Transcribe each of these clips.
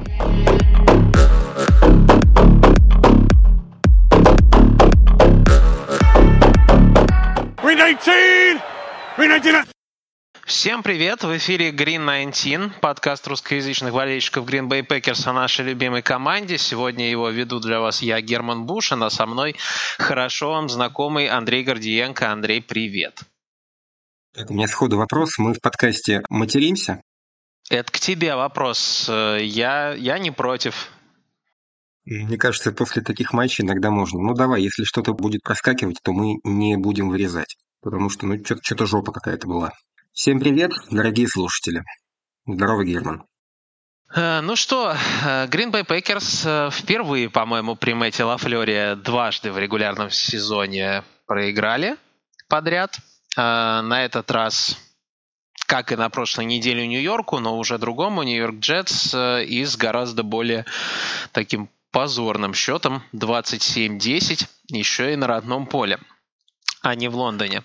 Всем привет! В эфире Green 19, подкаст русскоязычных болельщиков Green Bay Packers о нашей любимой команде. Сегодня его веду для вас я, Герман Бушин, а со мной хорошо вам знакомый Андрей Гордиенко. Андрей, привет! Так, у меня сходу вопрос. Мы в подкасте материмся? Это к тебе вопрос. Я не против. Мне кажется, после таких матчей иногда можно. Ну давай, если что-то будет проскакивать, то мы не будем вырезать. Потому что, что-то жопа какая-то была. Всем привет, дорогие слушатели. Здорово, Герман. Ну что, Green Bay Packers впервые, по-моему, при Мэтте Лафлёре дважды в регулярном сезоне проиграли подряд. На этот раз, как и на прошлой неделе Нью-Йорку, но уже другому, Нью-Йорк Джетс, и с гораздо более таким позорным счетом 27-10, еще и на родном поле, а не в Лондоне.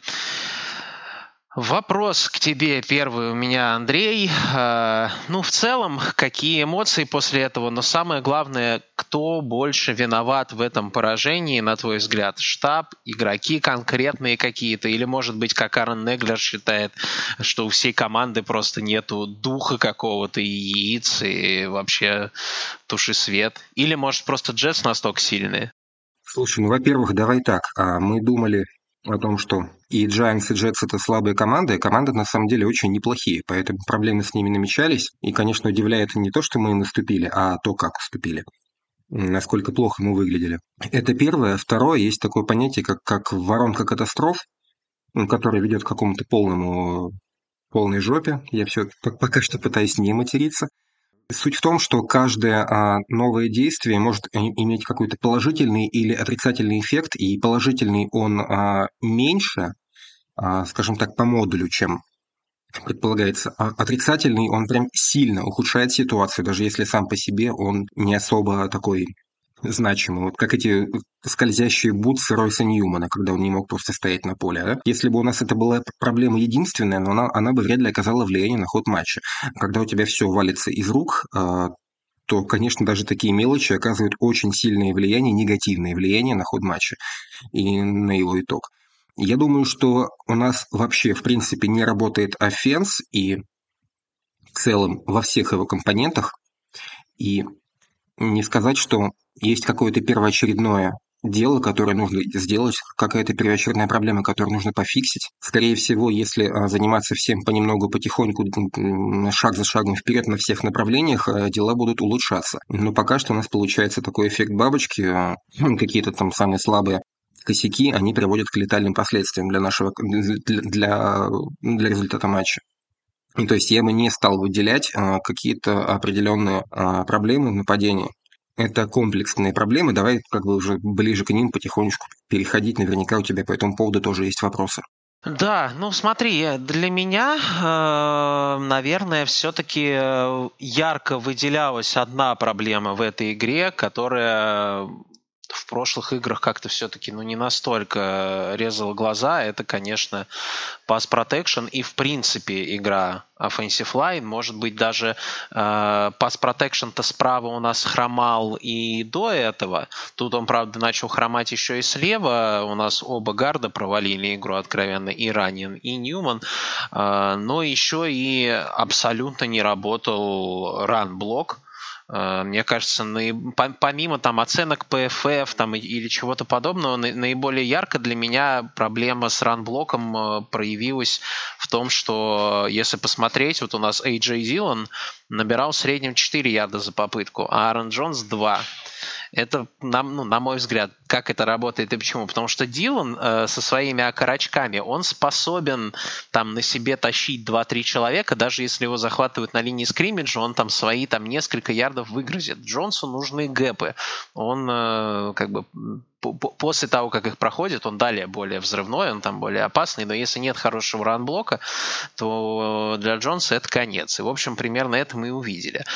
Вопрос к тебе первый у меня, Андрей. В целом, какие эмоции после этого? Но самое главное, кто больше виноват в этом поражении, на твой взгляд? Штаб, игроки конкретные какие-то? Или, может быть, как Аарон Неглер считает, что у всей команды просто нету духа какого-то и яиц, и вообще туши свет? Или, может, просто Джетс настолько сильные? Слушай, во-первых, давай так. Мы думали о том, что и Giants, и Jets — это слабые команды, команды на самом деле очень неплохие, поэтому проблемы с ними намечались. И, конечно, удивляет не то, что мы им наступили, а то, как уступили, насколько плохо мы выглядели. Это первое. Второе, есть такое понятие, как воронка катастроф, которая ведет к какому-то полной жопе. Я все пока что пытаюсь не материться. Суть в том, что каждое новое действие может иметь какой-то положительный или отрицательный эффект, и положительный он меньше, скажем так, по модулю, чем предполагается. А отрицательный он прям сильно ухудшает ситуацию, даже если сам по себе он не особо такой значимый. Вот как эти скользящие бутсы Ройса Ньюмана, когда он не мог просто стоять на поле. Да? Если бы у нас это была проблема единственная, но она бы вряд ли оказала влияние на ход матча. Когда у тебя все валится из рук, то, конечно, даже такие мелочи оказывают очень сильное влияние, негативное влияние на ход матча и на его итог. Я думаю, что у нас вообще, в принципе, не работает оффенс, и в целом во всех его компонентах, и не сказать, что есть какое-то первоочередное дело, которое нужно сделать, какая-то первоочередная проблема, которую нужно пофиксить. Скорее всего, если заниматься всем понемногу, потихоньку, шаг за шагом вперед на всех направлениях, дела будут улучшаться. Но пока что у нас получается такой эффект бабочки, какие-то там самые слабые косяки, они приводят к летальным последствиям для результата матча. То есть я бы не стал выделять какие-то определенные проблемы в нападении. Это комплексные проблемы, давай уже ближе к ним потихонечку переходить, наверняка у тебя по этому поводу тоже есть вопросы. Да, смотри, для меня, наверное, все-таки ярко выделялась одна проблема в этой игре, которая в прошлых играх как-то все-таки не настолько резала глаза. Это, конечно, pass protection и, в принципе, игра offensive line. Может быть, даже pass protection-то справа у нас хромал и до этого. Тут он, правда, начал хромать еще и слева. У нас оба гарда провалили игру откровенно, и Раннин, и Ньюман. Но еще и абсолютно не работал ран-блок. Мне кажется, помимо оценок PFF или чего-то подобного, наиболее ярко для меня проблема с ранблоком проявилась в том, что если посмотреть, вот у нас AJ Dillon набирал в среднем 4 ярда за попытку, а Аарон Джонс 2. Это, на мой взгляд, как это работает и почему. Потому что Дилан со своими окорочками, он способен на себе тащить 2-3 человека, даже если его захватывают на линии скриммиджа, он свои несколько ярдов выгрузит. Джонсу нужны гэпы. Он после того, как их проходит, он далее более взрывной, он более опасный, но если нет хорошего ранблока, то для Джонса это конец. И, в общем, примерно это мы и увидели.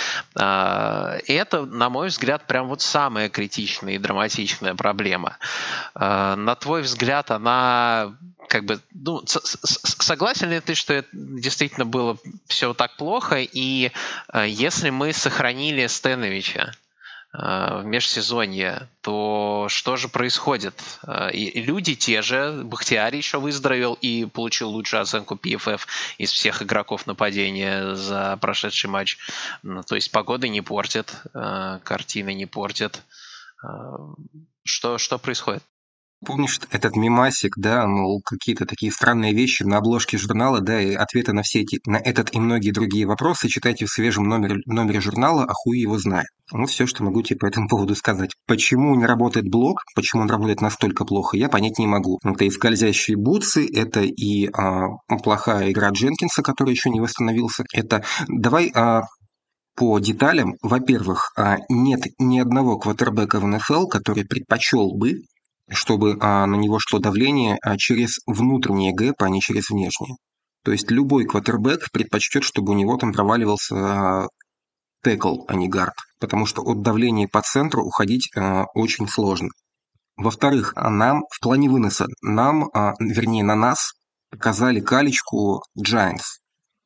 И это, на мой взгляд, прям самая критичная и драматичная проблема. На твой взгляд, она как бы, ну, согласен ли ты, что это действительно было все так плохо? И если мы сохранили Стеновича в межсезонье, то что же происходит? И люди те же, Бахтиари еще выздоровел и получил лучшую оценку PFF из всех игроков нападения за прошедший матч. То есть погода не портит, картина не портит. Что происходит? Помнишь этот мемасик, да, мол, какие-то такие странные вещи на обложке журнала, да, и ответы на все эти, на этот и многие другие вопросы читайте в свежем номере журнала, а хуй его знает. Ну, все, что могу тебе по этому поводу сказать. Почему не работает блок, почему он работает настолько плохо, я понять не могу. Это и скользящие бутсы, это и плохая игра Дженкинса, который еще не восстановился. Это давай по деталям. Во-первых, нет ни одного квотербека в НФЛ, который предпочел бы, чтобы на него шло давление через внутренние гэпы, а не через внешние. То есть любой квотербек предпочтет, чтобы у него там проваливался текл, а не гард, потому что от давления по центру уходить очень сложно. Во-вторых, нам в плане выноса, вернее на нас показали калечку Giants.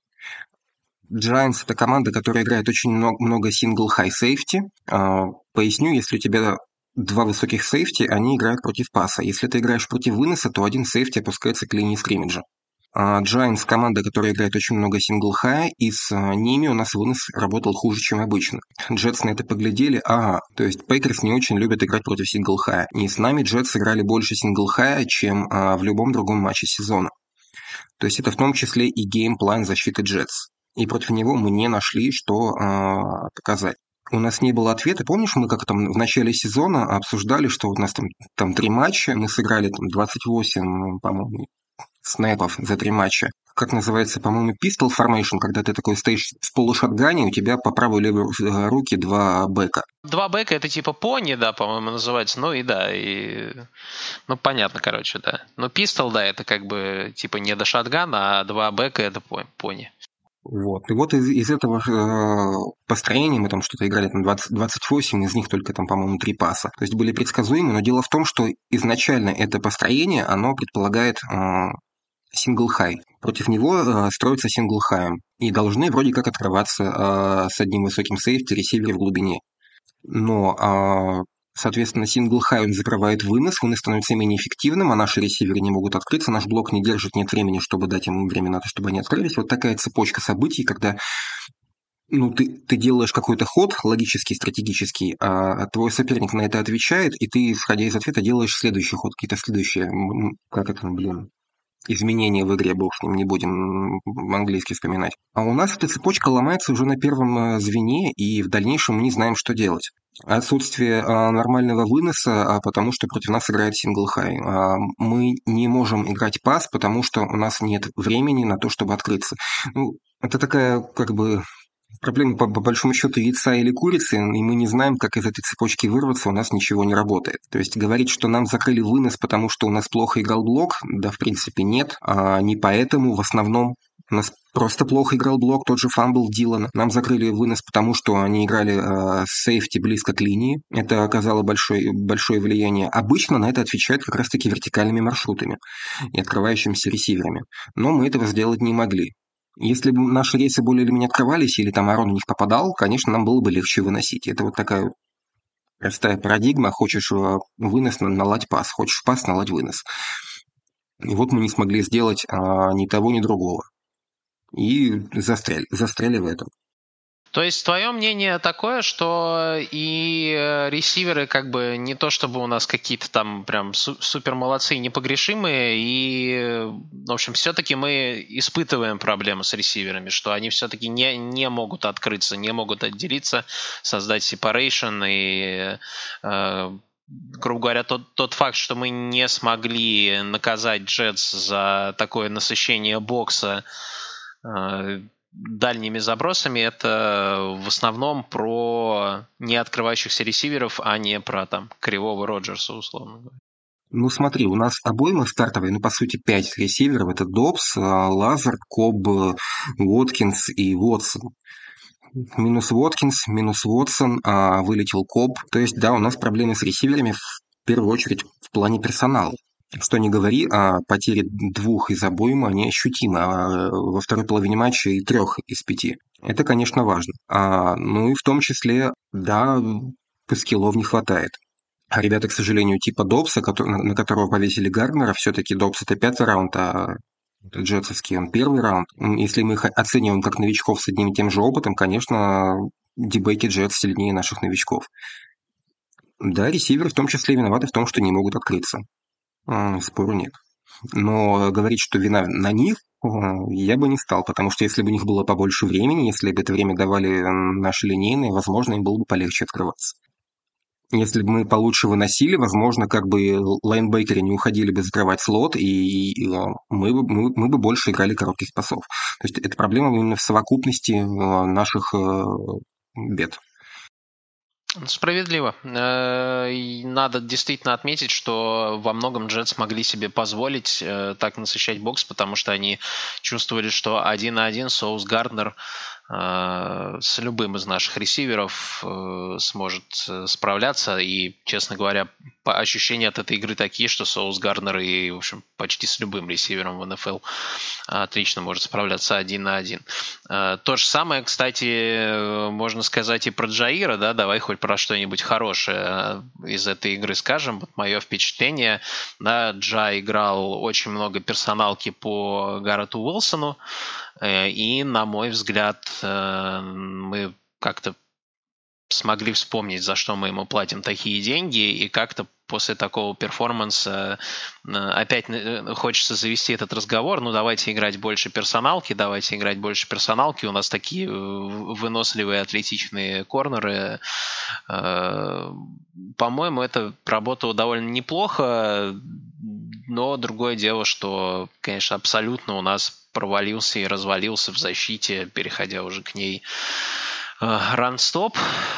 Giants – это команда, которая играет очень много сингл-хай сейфти. Поясню, если у тебя два высоких сейфти, они играют против паса. Если ты играешь против выноса, то один сейфти опускается к линии скриммиджа. Giants – команда, которая играет очень много сингл-хая, и с ними у нас вынос работал хуже, чем обычно. Джетс на это поглядели, то есть Пейкерс не очень любят играть против сингл-хая. И с нами Джетс играли больше сингл-хая, чем в любом другом матче сезона. То есть это в том числе и геймплан защиты Джетс. И против него мы не нашли, что показать. У нас не было ответа. Помнишь, мы как там в начале сезона обсуждали, что у нас там 3 матча, мы сыграли там 28, по-моему, снэпов за 3 матча. Как называется, по-моему, pistol formation, когда ты такой стоишь в полушотгане, у тебя по правой и левой руке 2 бэка. 2 бэка это типа пони, да, по-моему, называется. Ну и да, ну понятно, короче, да. Но pistol, да, это как бы типа не до шотгана, а 2 бэка это пони. Вот. И вот из этого построения мы там что-то играли, там 28, из них только там, по-моему, 3 паса. То есть были предсказуемы, но дело в том, что изначально это построение, оно предполагает сингл-хай. Против него строится сингл-хаем. И должны вроде как открываться с одним высоким сейфти ресиверы в глубине. Но соответственно, сингл-хай он закрывает вынос становится менее эффективным, а наши ресиверы не могут открыться, наш блок не держит, нет времени, чтобы дать им время на то, чтобы они открылись. Вот такая цепочка событий, когда ты делаешь какой-то ход логический, стратегический, а твой соперник на это отвечает, и ты, исходя из ответа, делаешь следующий ход, какие-то следующие, изменения в игре, бог с ним, не будем английский вспоминать. А у нас эта цепочка ломается уже на первом звене, и в дальнейшем мы не знаем, что делать. Отсутствие нормального выноса, потому что против нас играет сингл-хай. Мы не можем играть пас, потому что у нас нет времени на то, чтобы открыться. Это такая, проблема, по большому счету, яйца или курицы, и мы не знаем, как из этой цепочки вырваться, у нас ничего не работает. То есть говорить, что нам закрыли вынос, потому что у нас плохо играл блок, да, в принципе, нет. Не поэтому, в основном, у нас просто плохо играл блок, тот же фамбл Дилана. Нам закрыли вынос, потому что они играли с сейфти близко к линии. Это оказало большое влияние. Обычно на это отвечают как раз-таки вертикальными маршрутами и открывающимися ресиверами. Но мы этого сделать не могли. Если бы наши рейсы более или менее открывались, или там Арон в них попадал, конечно, нам было бы легче выносить. Это вот такая простая парадигма. Хочешь вынос, наладь пас. Хочешь пас, наладь вынос. И вот мы не смогли сделать ни того, ни другого. И застряли в этом. То есть твое мнение такое, что и ресиверы не то чтобы у нас какие-то там прям супер молодцы, непогрешимые, и, в общем, все-таки мы испытываем проблемы с ресиверами, что они все-таки не могут открыться, не могут отделиться, создать separation, и, грубо говоря, тот факт, что мы не смогли наказать Джетс за такое насыщение бокса дальними забросами, это в основном про не открывающихся ресиверов, а не про кривого Роджерса, условно говоря. Смотри, у нас обойма стартовая, по сути, 5 ресиверов. Это Добс, Лазар, Коб, Уоткинс и Уотсон. Минус Уоткинс, минус Уотсон, вылетел Коб. То есть, да, у нас проблемы с ресиверами в первую очередь в плане персонала. Что ни говори, а потери 2 из обоймы, они ощутимы, а во второй половине матча и 3 из 5. Это, конечно, важно. Ну и в том числе, да, скиллов не хватает. А ребята, к сожалению, типа Добса, на которого повесили Гарднера, все-таки Добс это 5-й раунд, а джетсовский он 1-й раунд. Если мы их оцениваем как новичков с одним и тем же опытом, конечно, дебеки Джетс сильнее наших новичков. Да, ресиверы в том числе виноваты в том, что не могут открыться. Спору нет. Но говорить, что вина на них, я бы не стал, потому что если бы у них было побольше времени, если бы это время давали наши линейные, возможно, им было бы полегче открываться. Если бы мы получше выносили, возможно, как бы лайнбекеры не уходили бы закрывать слот, и мы бы больше играли коротких пасов. То есть это проблема именно в совокупности наших бед. Справедливо. И надо действительно отметить, что во многом Джетс могли себе позволить так насыщать бокс, потому что они чувствовали, что 1 на 1 Соус Гарднер с любым из наших ресиверов сможет справляться. И, честно говоря, ощущения от этой игры такие, что Соус Гарднер и, в общем, почти с любым ресивером в НФЛ отлично может справляться 1 на 1. То же самое, кстати, можно сказать и про Джаира, да, давай хоть про что-нибудь хорошее из этой игры скажем. Вот мое впечатление, да, Джа играл очень много персоналки по Гаррету Уилсону, и, на мой взгляд, мы как-то смогли вспомнить, за что мы ему платим такие деньги, и как-то после такого перформанса опять хочется завести этот разговор. Ну, давайте играть больше персоналки, у нас такие выносливые, атлетичные корнеры. По-моему, это работало довольно неплохо, но другое дело, что, конечно, абсолютно у нас провалился и развалился в защите, переходя уже к ней ран-стоп.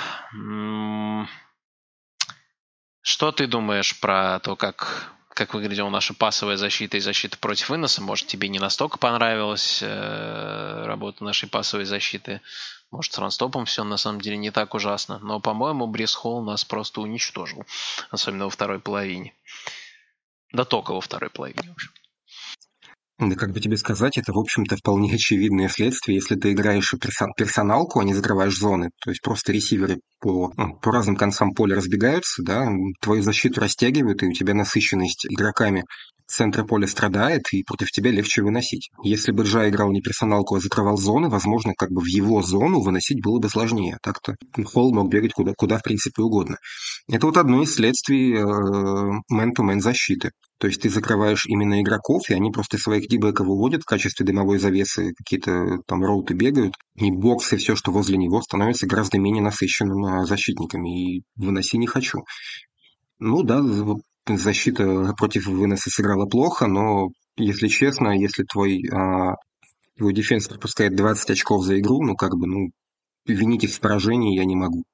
Что ты думаешь про то, как выглядела наша пасовая защита и защита против выноса? Может, тебе не настолько понравилась работа нашей пасовой защиты? Может, с ранстопом все на самом деле не так ужасно. Но, по-моему, Брис Холл нас просто уничтожил. Особенно во второй половине. Да только во второй половине, в общем. Да как бы тебе сказать, это, в общем-то, вполне очевидное следствие. Если ты играешь персоналку, а не закрываешь зоны, то есть просто ресиверы по разным концам поля разбегаются, да, твою защиту растягивают, и у тебя насыщенность игроками центра поля страдает, и против тебя легче выносить. Если бы Джа играл не персоналку, а закрывал зоны, возможно, как бы в его зону выносить было бы сложнее. Так-то Холл мог бегать куда в принципе угодно. Это вот одно из следствий мэн-то-мэн защиты. То есть ты закрываешь именно игроков, и они просто своих дибэков выводят в качестве дымовой завесы, какие-то там роуты бегают, и бокс, и все, что возле него, становится гораздо менее насыщенным защитниками, и выноси не хочу. Ну да, защита против выноса сыграла плохо, но, если честно, если твой дефенс пропускает 20 очков за игру, винить их в поражении я не могу.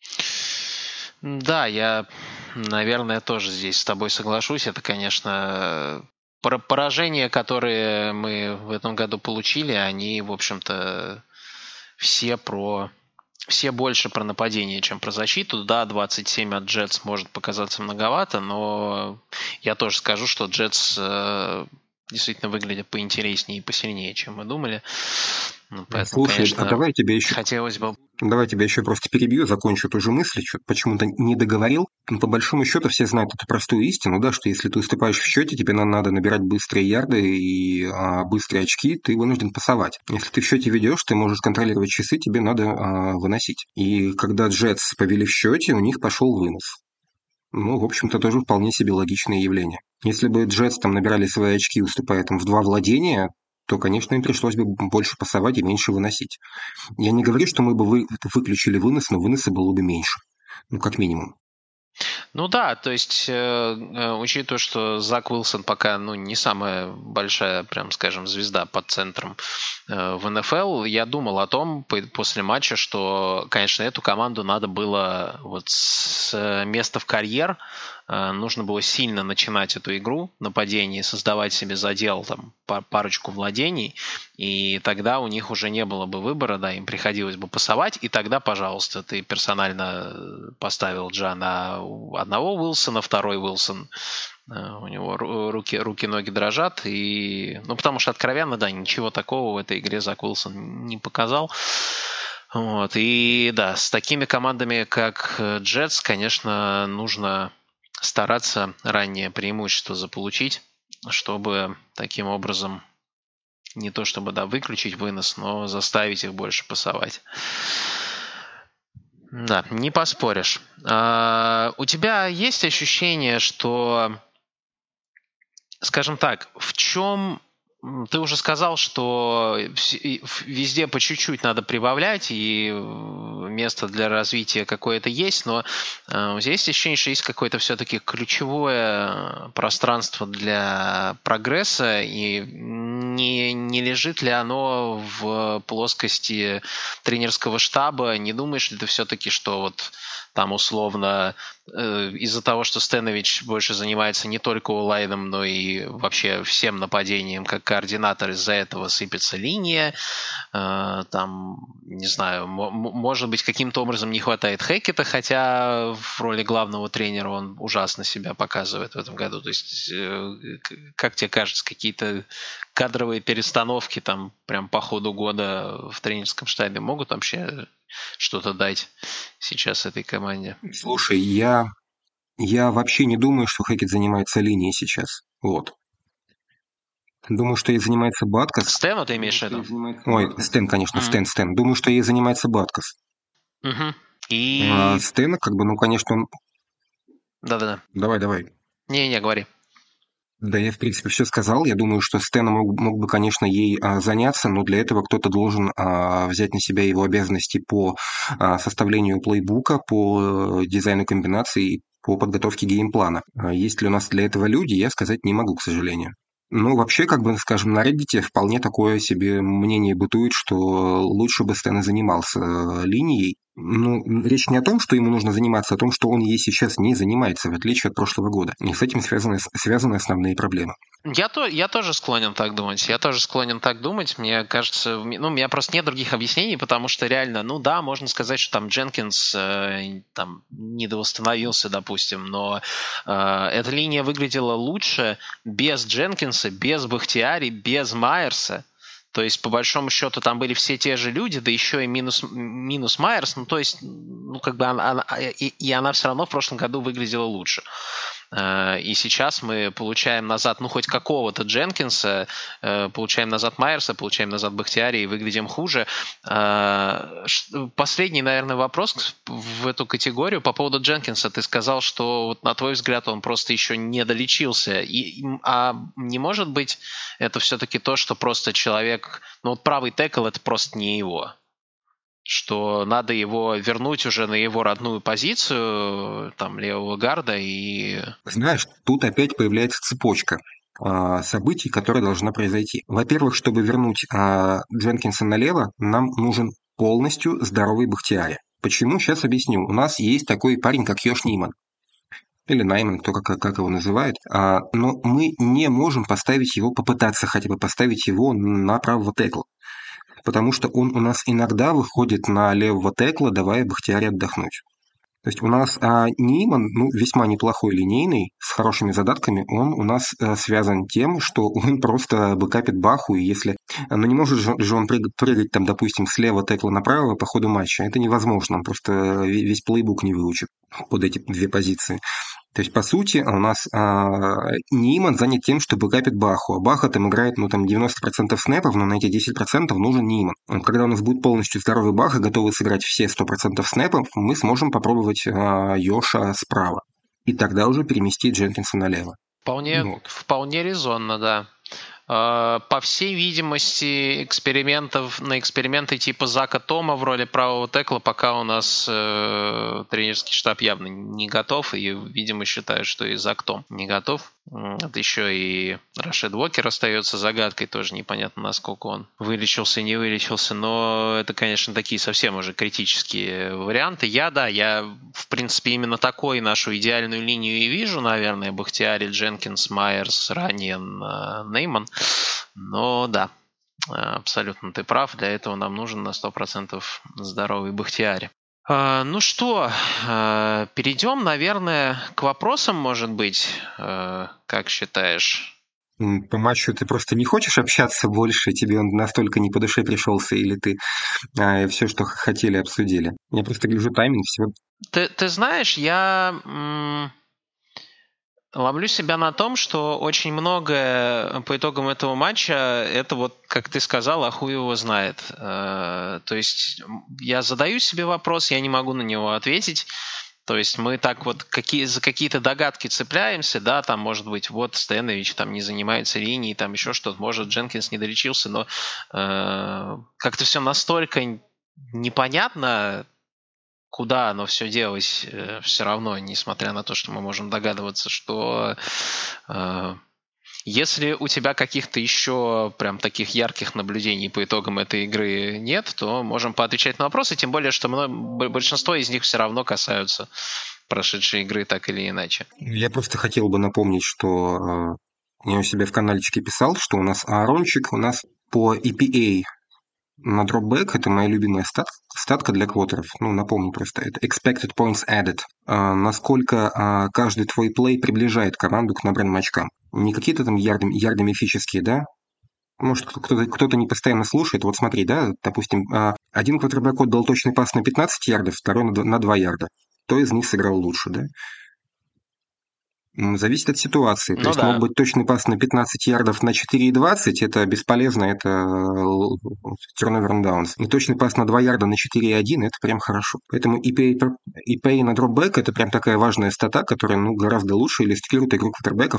Да, я, наверное, тоже здесь с тобой соглашусь. Это, конечно, поражения, которые мы в этом году получили, они, в общем-то, все больше про нападение, чем про защиту. Да, 27 от Джетс может показаться многовато, но я тоже скажу, что Джетс действительно выглядят поинтереснее и посильнее, чем мы думали. Поэтому, слушай, конечно, давай тебе еще... хотелось бы... Давай тебя еще просто перебью, закончу ту же мысль, что почему-то не договорил. По большому счету все знают эту простую истину, да, что если ты уступаешь в счете, тебе надо набирать быстрые ярды и быстрые очки, ты вынужден пасовать. Если ты в счете ведешь, ты можешь контролировать часы, тебе надо выносить. И когда Джетс повели в счете, у них пошел вынос. Ну, в общем-то, тоже вполне себе логичное явление. Если бы Джетс там набирали свои очки, уступая там в 2 владения, то, конечно, им пришлось бы больше пасовать и меньше выносить. Я не говорю, что мы бы выключили вынос, но выноса было бы меньше. Ну, как минимум. Ну да, то есть, учитывая, что Зак Уилсон пока не самая большая, прям скажем, звезда под центром в НФЛ, я думал о том после матча, что, конечно, эту команду надо было вот с места в карьер, нужно было сильно начинать эту игру, нападение, создавать себе задел, там, парочку владений, и тогда у них уже не было бы выбора, да, им приходилось бы пасовать, и тогда, пожалуйста, ты персонально поставил Джа на одного Уилсона, второй Уилсон У него руки, ноги дрожат. Потому что, откровенно, да, ничего такого в этой игре Зак Уилсон не показал. Вот. И да, с такими командами, как Джетс, конечно, нужно стараться раннее преимущество заполучить, чтобы таким образом не то чтобы, да, выключить вынос, но заставить их больше пасовать. Да, не поспоришь. У тебя есть ощущение, что, скажем так, в чем... Ты уже сказал, что везде по чуть-чуть надо прибавлять, и место для развития какое-то есть, но есть ощущение, что есть какое-то все-таки ключевое пространство для прогресса, и не лежит ли оно в плоскости тренерского штаба? Не думаешь ли ты все-таки, что вот там условно из-за того, что Стенович больше занимается не только онлайном, но и вообще всем нападением как координатор, из-за этого сыпется линия, там, не знаю, может быть, каким-то образом не хватает Хекета, хотя в роли главного тренера он ужасно себя показывает в этом году. То есть, как тебе кажется, какие-то кадровые перестановки там прям по ходу года в тренерском штабе могут вообще что-то дать сейчас этой команде? Слушай, я вообще не думаю, что Хекет занимается линией сейчас. Вот. Думаю, что ей занимается Баткас. Стэну ты имеешь в виду? Ой, Стэн, конечно, Стэн. Думаю, что ей занимается Баткас. И... Стэн, конечно, он... Да-да-да. Давай. Не, говори. Да, я, в принципе, все сказал. Я думаю, что Стэн мог бы, конечно, ей заняться, но для этого кто-то должен взять на себя его обязанности по составлению плейбука, по дизайну комбинаций, по подготовке геймплана. Есть ли у нас для этого люди, я сказать не могу, к сожалению. Ну, вообще, скажем, на Reddit вполне такое себе мнение бытует, что лучше бы Стэн и занимался линией. Ну, речь не о том, что ему нужно заниматься, а о том, что он ей сейчас не занимается, в отличие от прошлого года. И с этим связаны основные проблемы. Я тоже склонен так думать. Мне кажется, у меня просто нет других объяснений, потому что реально, можно сказать, что там Дженкинс там недовосстановился, допустим, но эта линия выглядела лучше без Дженкинса, без Бахтиари, без Майерса. То есть, по большому счету, там были все те же люди, да еще и минус Майерс. Она все равно в прошлом году выглядела лучше. И сейчас мы получаем назад, хоть какого-то Дженкинса, получаем назад Майерса, получаем назад Бахтиари и выглядим хуже. Последний, наверное, вопрос в эту категорию по поводу Дженкинса. Ты сказал, что, вот, на твой взгляд, он просто еще не долечился. А не может быть это все-таки то, что просто человек... правый текл — это просто не его. Что надо его вернуть уже на его родную позицию, там, левого гарда, и... Знаешь, тут опять появляется цепочка событий, которая должна произойти. Во-первых, чтобы вернуть Дженкинса налево, нам нужен полностью здоровый Бахтиари. Почему? Сейчас объясню. У нас есть такой парень, как Йош Ниман. Или Найман, кто как его называет. Но мы не можем попытаться хотя бы поставить его на правого текла. Потому что он у нас иногда выходит на левого текла, давая Бахтиари отдохнуть. То есть у нас Ниман, весьма неплохой линейный, с хорошими задатками, он у нас связан тем, что он просто бэкапит Баху, и если... не может же он прыгать, там, допустим, с левого текла направо по ходу матча. Это невозможно, он просто весь плейбук не выучит под эти две позиции. То есть, по сути, у нас Ниман занят тем, что бэкапит Баху, а Баха там играет 90% снэпов, но на эти 10% нужен Ниман. Когда у нас будет полностью здоровый Баха, готовый сыграть все 100% снэпов, мы сможем попробовать Йоша справа. И тогда уже переместить Дженкинса налево. Вполне резонно, да. По всей видимости, на эксперименты типа Зака Тома в роли правого текла пока у нас тренерский штаб явно не готов, и, видимо, считают, что и Зак Том не готов. Это еще и Рашид Уокер остается загадкой, тоже непонятно, насколько он вылечился, не вылечился, но это, конечно, такие совсем уже критические варианты. Я, в принципе, именно такой нашу идеальную линию и вижу, наверное, Бахтиари, Дженкинс, Майерс, Раньен, Нейман. Но да, абсолютно ты прав. Для этого нам нужен на 100% здоровый Бахтиари. Ну что, перейдем, наверное, к вопросам, может быть, как считаешь? По матчу ты просто не хочешь общаться больше, тебе он настолько не по душе пришелся, или ты все, что хотели, обсудили? Я просто гляжу тайминг, всего. Ты знаешь, я ловлю себя на том, что очень многое по итогам этого матча, это вот, как ты сказал, а хуй его знает. То есть я задаю себе вопрос, я не могу на него ответить. То есть мы так вот за какие-то догадки цепляемся, да, там, может быть, вот Стэнович там не занимается линией, там еще что-то, может, Дженкинс не долечился, но как-то все настолько непонятно, куда оно все делось, все равно, несмотря на то, что мы можем догадываться, что если у тебя каких-то еще прям таких ярких наблюдений по итогам этой игры нет, то можем поотвечать на вопросы, тем более, что большинство из них все равно касаются прошедшей игры так или иначе. Я просто хотел бы напомнить, что я у себя в каналчике писал, что у нас Аарончик, у нас по EPA на дропбэк, это моя любимая статка для квотеров. Ну, напомню просто, это expected points added. Насколько каждый твой плей приближает команду к набранным очкам. Не какие-то там ярды мифические, да? Может, кто-то не постоянно слушает. Вот смотри, да, допустим, один квотербэк отдал точный пас на 15 ярдов, второй на 2 ярда. Кто из них сыграл лучше, да? Зависит от ситуации. То Ну есть мог да. быть точный пас на 15 ярдов на 4,20, это бесполезно, это turnover and downs. И точный пас на 2 ярда на 4,1, это прям хорошо. Поэтому EPA на дропбэк это прям такая важная стата, которая гораздо лучше иллюстрирует игру квотербеков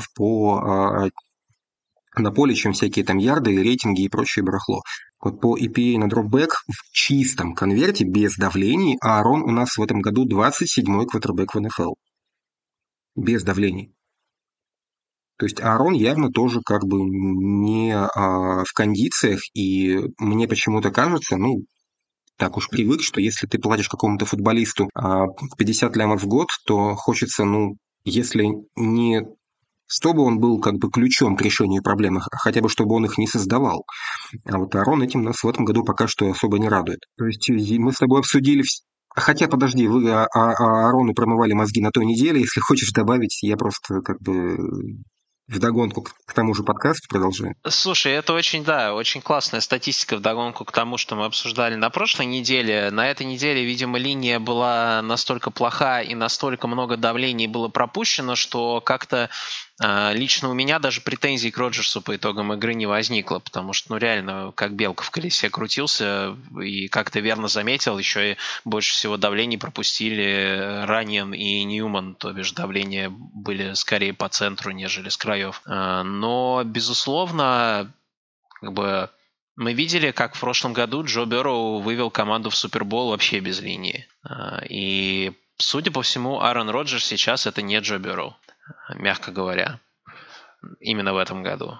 на поле, чем всякие там ярды, рейтинги и прочее барахло. Вот по EPA на дропбэк в чистом конверте, без давлений, Аарон у нас в этом году 27-й квотербек в НФЛ. Без давлений. То есть Аарон явно тоже как бы не в кондициях, и мне почему-то кажется, ну, так уж привык, что если ты платишь какому-то футболисту 50 лямов в год, то хочется, ну, если не чтобы он был как бы ключом к решению проблем, а хотя бы чтобы он их не создавал. А вот Аарон этим нас в этом году пока что особо не радует. То есть мы с тобой обсудили. Хотя, подожди, вы Аарону промывали мозги на той неделе. Если хочешь добавить, я просто как бы вдогонку к тому же подкасту продолжаю. Слушай, это очень, да, очень классная статистика вдогонку к тому, что мы обсуждали на прошлой неделе. На этой неделе, видимо, линия была настолько плоха и настолько много давлений было пропущено, что как-то лично у меня даже претензий к Роджерсу по итогам игры не возникло, потому что, ну, реально, как белка в колесе крутился, и, как ты верно заметил, еще и больше всего давлений пропустили Раньен и Ньюман, то бишь давления были скорее по центру, нежели с краев. Но, безусловно, как бы мы видели, как в прошлом году Джо Берроу вывел команду в Супербол вообще без линии. И, судя по всему, Аарон Роджерс сейчас это не Джо Берроу, мягко говоря, именно в этом году.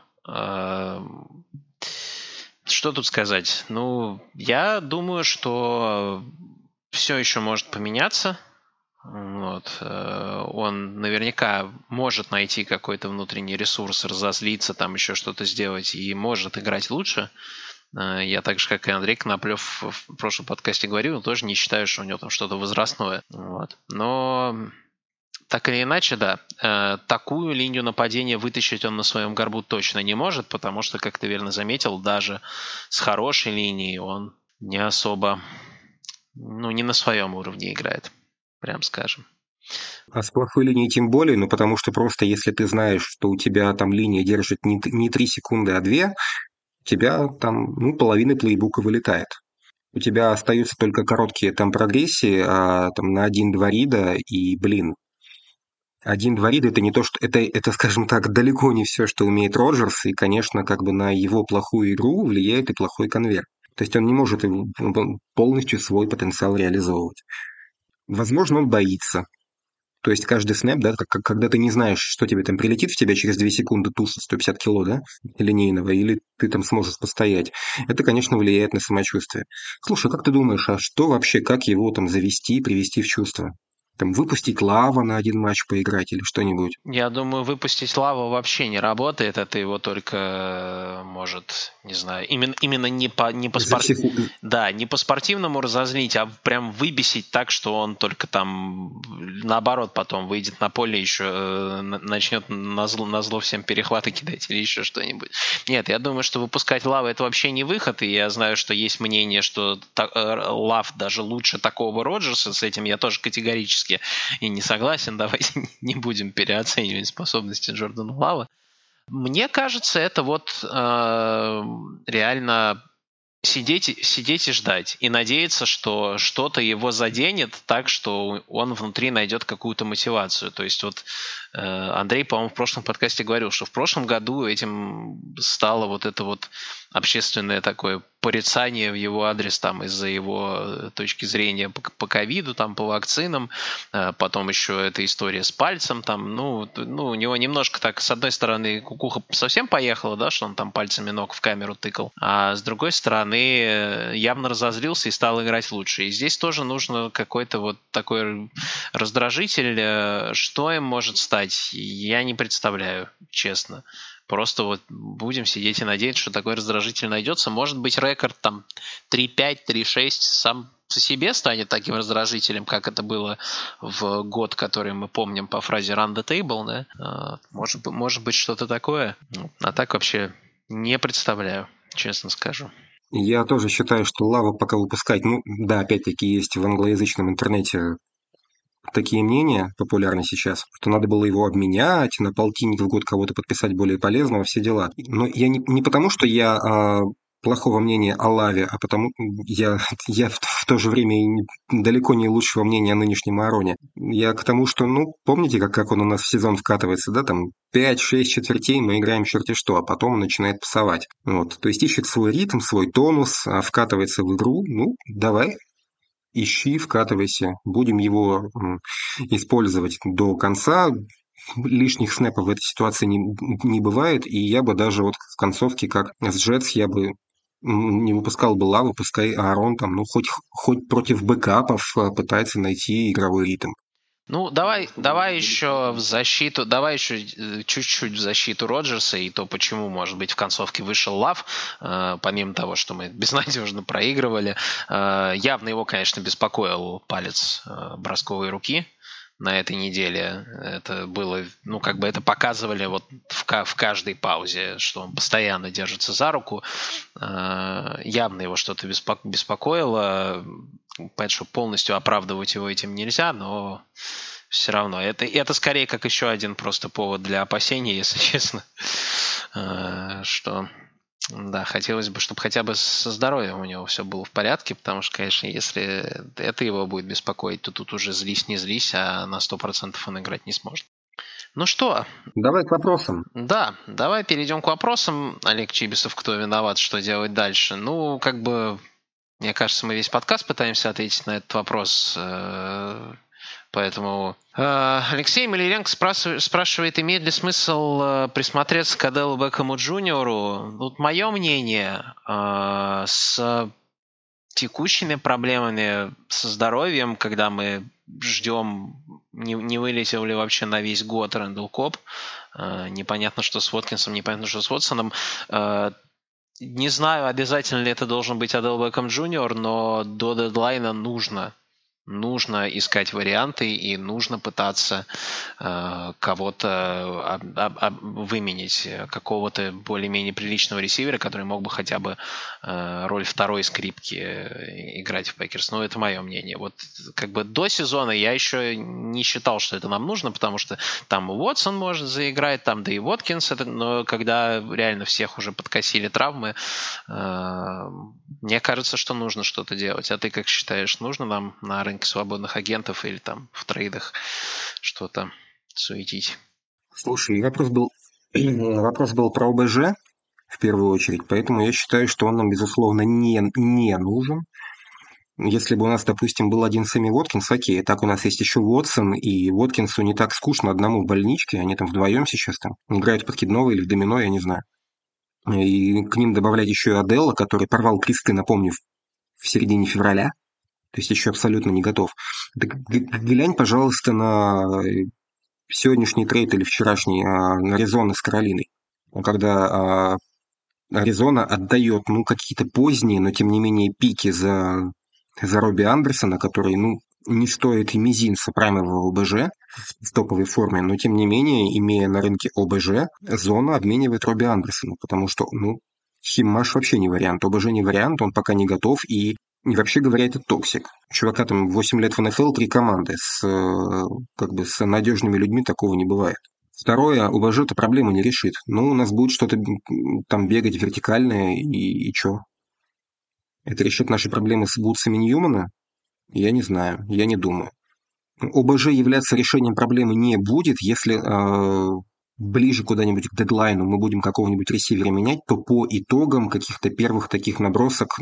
Что тут сказать? Ну, я думаю, что все еще может поменяться. Вот. Он наверняка может найти какой-то внутренний ресурс, разозлиться, там еще что-то сделать и может играть лучше. Я так же, как и Андрей Коноплев в прошлом подкасте говорил, тоже не считаю, что у него там что-то возрастное. Вот. Но так или иначе, да, такую линию нападения вытащить он на своем горбу точно не может, потому что, как ты верно заметил, даже с хорошей линией он не особо, ну, не на своем уровне играет, прям скажем. А с плохой линией тем более, ну потому что просто если ты знаешь, что у тебя там линия держит не 3 секунды, а 2, у тебя там половина плейбука вылетает. У тебя остаются только короткие там прогрессии там на 1-2 рида, и, блин, 1-2 рида это не то, что это, скажем так, далеко не все, что умеет Роджерс, и, конечно, как бы на его плохую игру влияет и плохой конверт. То есть он не может полностью свой потенциал реализовывать. Возможно, он боится. То есть каждый снэп, да, когда ты не знаешь, что тебе там прилетит в тебя через 2 секунды туса 150 кило, да, линейного, или ты там сможешь постоять, это, конечно, влияет на самочувствие. Слушай, как ты думаешь, а что вообще, как его там завести, привести в чувство? Там выпустить Лава на один матч поиграть или что-нибудь. Я думаю, выпустить Лаву вообще не работает. Это его только может, не знаю, именно не по спортивному разозлить, а прям выбесить так, что он только там наоборот потом выйдет на поле еще начнет на зло всем перехваты кидать или еще что-нибудь. Нет, я думаю, что выпускать Лаву это вообще не выход, и я знаю, что есть мнение, что Лав даже лучше такого Роджерса, с этим я тоже категорически и не согласен, давайте не будем переоценивать способности Джордана Лава. Мне кажется, это вот реально сидеть и ждать, и надеяться, что что-то его заденет так, что он внутри найдет какую-то мотивацию. То есть вот Андрей, по-моему, в прошлом подкасте говорил, что в прошлом году этим стало вот это вот общественное такое порицание в его адрес там из-за его точки зрения по ковиду, там по вакцинам, потом еще эта история с пальцем, там, ну, у него немножко так, с одной стороны, кукуха совсем поехала, да, что он там пальцами ног в камеру тыкал, а с другой стороны явно разозлился и стал играть лучше. И здесь тоже нужно какой-то вот такой раздражитель, что им может стать, я не представляю, честно. Просто вот будем сидеть и надеяться, что такой раздражитель найдется. Может быть, рекорд там 3-5, 3-6 сам по себе станет таким раздражителем, как это было в год, который мы помним по фразе «run the table», да? Может быть, что-то такое. А так вообще не представляю, честно скажу. Я тоже считаю, что Лава пока выпускать, ну да, опять-таки есть в англоязычном интернете такие мнения популярны сейчас, что надо было его обменять, на полтинник в год кого-то подписать более полезного, все дела. Но я не потому, что я плохого мнения о Лаве, а потому я в то же время и далеко не лучшего мнения о нынешнем Аароне. Я к тому, что, ну, помните, как он у нас в сезон вкатывается, да, там 5-6 четвертей мы играем черти что, а потом он начинает пасовать. Вот, то есть ищет свой ритм, свой тонус, вкатывается в игру, ну, давай, ищи, вкатывайся, будем его использовать до конца. Лишних снэпов в этой ситуации не бывает, и я бы даже вот в концовке, как с Джетс, я бы не выпускал бы Лаву, пускай Аарон там, ну, хоть против бэкапов пытается найти игровой ритм. Ну, давай еще в защиту, давай еще чуть-чуть в защиту Роджерса и то, почему, может быть, в концовке вышел Лав, помимо того, что мы безнадежно проигрывали. Явно его, конечно, беспокоил палец бросковой руки на этой неделе. Это было, ну, как бы это показывали вот в каждой паузе, что он постоянно держится за руку. Явно его что-то беспокоило. Понятно, что полностью оправдывать его этим нельзя, но все равно. Это скорее как еще один просто повод для опасений, если честно. Что... Да, хотелось бы, чтобы хотя бы со здоровьем у него все было в порядке, потому что, конечно, если это его будет беспокоить, то тут уже злись, не злись, а на 100% он играть не сможет. Ну что? Давай к вопросам. Да, давай перейдем к вопросам. Олег Чибисов, кто виноват, что делать дальше? Ну, как бы, мне кажется, мы весь подкаст пытаемся ответить на этот вопрос. Поэтому Алексей Маляренко спрашивает, имеет ли смысл присмотреться к Оделу Бекхэму Джуниору. Вот мое мнение, с текущими проблемами со здоровьем, когда мы ждем, не вылетел ли вообще на весь год Рэндалл Коб, непонятно, что с Воткинсом, непонятно, что с Уотсоном. Не знаю, обязательно ли это должен быть Одел Бекхэм Джуниор, но до дедлайна нужно искать варианты и нужно пытаться кого-то выменить, какого-то более-менее приличного ресивера, который мог бы хотя бы роль второй скрипки играть в Пекерс. Ну, это мое мнение. Вот как бы до сезона я еще не считал, что это нам нужно, потому что там Уотсон может заиграть, там да и Воткинс, но когда реально всех уже подкосили травмы, мне кажется, что нужно что-то делать. А ты как считаешь, нужно нам на рынке свободных агентов или там в трейдах что-то суетить? Слушай, вопрос был про ОБЖ в первую очередь, поэтому я считаю, что он нам, безусловно, не нужен. Если бы у нас, допустим, был один Сэмми Уоткинс, окей, так у нас есть еще Уотсон, и Уоткинсу не так скучно одному в больничке, они там вдвоем сейчас там играют в подкидного или в домино, я не знаю. И к ним добавлять еще и Аделла, который порвал кресты, напомню, в середине февраля. То есть еще абсолютно не готов. Так глянь, пожалуйста, на сегодняшний трейд или вчерашний Аризоны с Каролиной. Когда Аризона отдает, какие-то поздние, но тем не менее пики за Робби Андерсона, который, не стоит и мизинца праймового ОБЖ в топовой форме, но тем не менее, имея на рынке ОБЖ, зона обменивает Робби Андерсона, потому что, Химмаш вообще не вариант, ОБЖ не вариант, он пока не готов, и вообще говоря, это токсик. Чувака там 8 лет в НФЛ, 3 команды, с надежными людьми такого не бывает. Второе, ОБЖ эту проблему не решит. У нас будет что-то там бегать вертикальное, и чё? Это решит наши проблемы с Вудсами Ньюмана? Я не знаю, я не думаю. ОБЖ являться решением проблемы не будет, если ближе куда-нибудь к дедлайну мы будем какого-нибудь ресивера менять, то по итогам каких-то первых таких набросок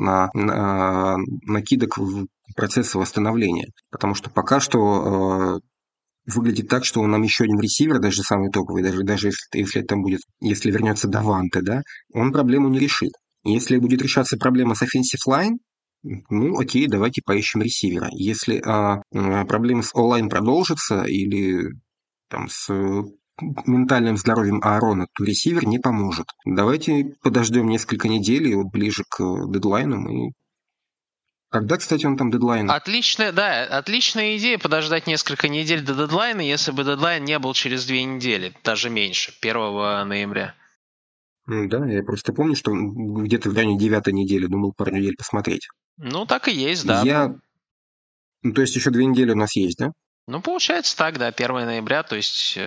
накидок в процесса восстановления. Потому что пока что выглядит так, что нам еще один ресивер, даже самый топовый, даже если там будет, если вернется Даванте, да, он проблему не решит. Если будет решаться проблема с offensive line, окей, давайте поищем ресивера. Если проблемы с онлайн продолжатся или там с ментальным здоровьем Аарона, то ресивер не поможет. Давайте подождем несколько недель, и вот ближе к дедлайну и... Когда, кстати, он там дедлайн? Отличная идея подождать несколько недель до дедлайна, если бы дедлайн не был через 2 недели, даже меньше, 1 ноября. Да, я просто помню, что где-то в районе 9-й недели думал пару недель посмотреть. Так и есть, да. То есть еще 2 недели у нас есть, да? Получается так, да, 1 ноября, то есть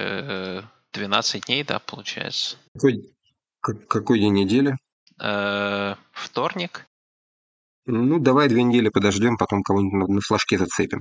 12 дней, да, получается. Какой день недели? Вторник. Давай 2 недели подождем, потом кого-нибудь на флажке зацепим.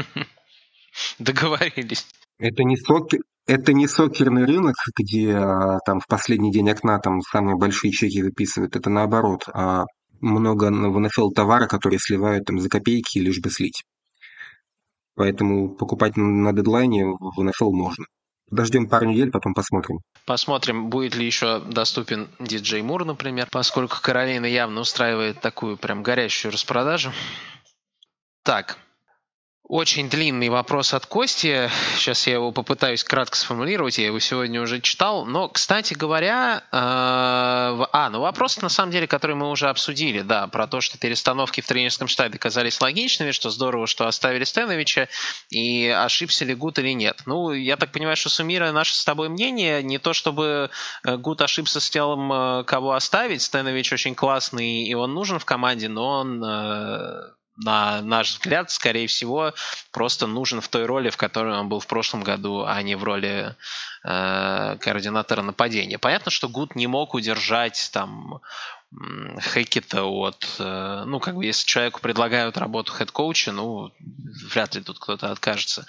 Договорились. Это не сокерный рынок, где там в последний день окна там самые большие чеки выписывают. Это наоборот. Много в НФЛ товара, которые сливают там за копейки, лишь бы слить. Поэтому покупать на дедлайне в НФЛ можно. Подождем пару недель, потом посмотрим. Посмотрим, будет ли еще доступен Диджей Мур, например, поскольку Каролина явно устраивает такую прям горящую распродажу. Так, очень длинный вопрос от Кости. Сейчас я его попытаюсь кратко сформулировать. Я его сегодня уже читал. Но, кстати говоря, вопрос, на самом деле, который мы уже обсудили, да, про то, что перестановки в тренерском штабе казались логичными, что здорово, что оставили Стеновича, и ошибся ли Гуд или нет. Я так понимаю, что суммируя наше с тобой мнение, не то чтобы Гуд ошибся с телом, кого оставить. Стенович очень классный, и он нужен в команде, но он... на наш взгляд, скорее всего, просто нужен в той роли, в которой он был в прошлом году, а не в роли координатора нападения. Понятно, что Гуд не мог удержать там Хекета от... если человеку предлагают работу хед-коуча, вряд ли тут кто-то откажется.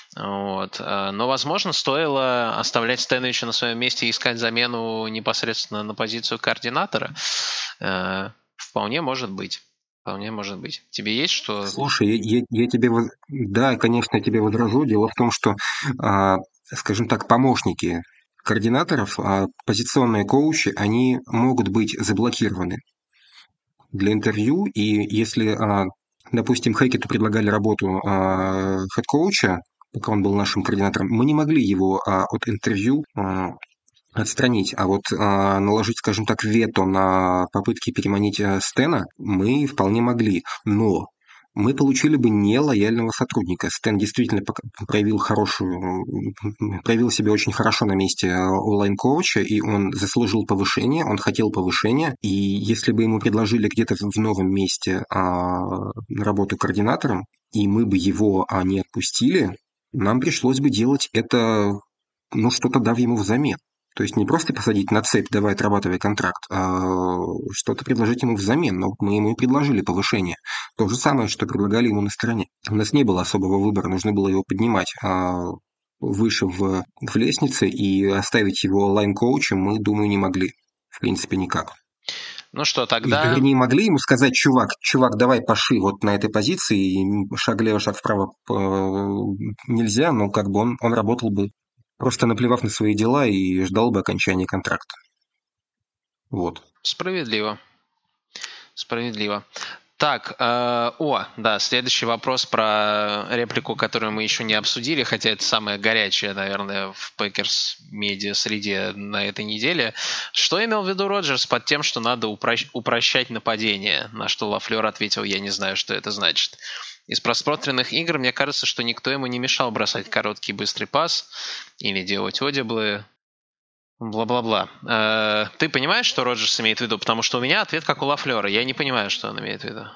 Но, возможно, стоило оставлять Стеновича на своем месте и искать замену непосредственно на позицию координатора. Вполне может быть. Вполне может быть. Тебе есть что... Слушай, я тебе... Да, конечно, я тебе возражу. Дело в том, что, скажем так, помощники координаторов, позиционные коучи, они могут быть заблокированы для интервью. И если, допустим, Хекету предлагали работу хед-коуча, пока он был нашим координатором, мы не могли его от интервью отстранить, а вот наложить, скажем так, вето на попытки переманить Стена мы вполне могли, но мы получили бы нелояльного сотрудника. Стэн действительно проявил себя очень хорошо на месте онлайн-коуча, и он заслужил повышение, он хотел повышения, и если бы ему предложили где-то в новом месте работу координатором, и мы бы его не отпустили, нам пришлось бы делать это, что-то дав ему взамен. То есть не просто посадить на цепь, давай отрабатывай контракт, а что-то предложить ему взамен. Но мы ему и предложили повышение. То же самое, что предлагали ему на стороне. У нас не было особого выбора, нужно было его поднимать выше в лестнице, и оставить его онлайн-коучем мы, думаю, не могли. В принципе, никак. Что, тогда... Вернее, могли ему сказать: чувак, давай паши вот на этой позиции, и шаг влево, шаг вправо нельзя, но он работал бы, просто наплевав на свои дела, и ждал бы окончания контракта. Вот. Справедливо. Так, да, следующий вопрос про реплику, которую мы еще не обсудили, хотя это самая горячая, наверное, в Пекерс медиа среде на этой неделе. Что имел в виду Роджерс под тем, что надо упрощать нападение? На что Лафлер ответил: я не знаю, что это значит. Из просмотренных игр мне кажется, что никто ему не мешал бросать короткий быстрый пас или делать одиблы. Бла-бла-бла. Ты понимаешь, что Роджерс имеет в виду? Потому что у меня ответ как у Лафлера. Я не понимаю, что он имеет в виду.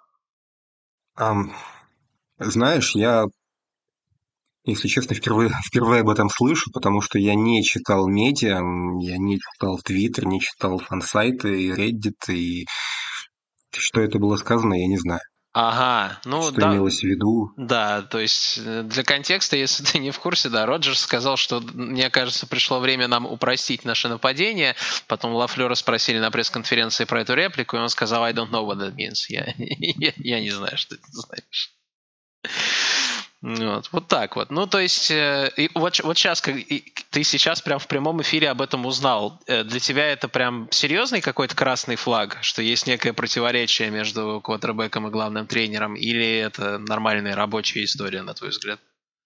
Знаешь, я, если честно, впервые об этом слышу, потому что я не читал медиа, я не читал Твиттер, не читал фансайты, и Reddit, и что это было сказано, я не знаю. Ага, ну Что да, имелось в виду. да, то есть для контекста, если ты не в курсе, да, Роджерс сказал, что, мне кажется, пришло время нам упростить наше нападение. Потом Лафлера спросили на пресс-конференции про эту реплику, и он сказал: I don't know what that means. Я не знаю, что это значит. Вот так вот. Ну, то есть, вот сейчас, ты сейчас прям в прямом эфире об этом узнал. Для тебя это прям серьезный какой-то красный флаг, что есть некое противоречие между квотербеком и главным тренером, или это нормальная рабочая история, на твой взгляд?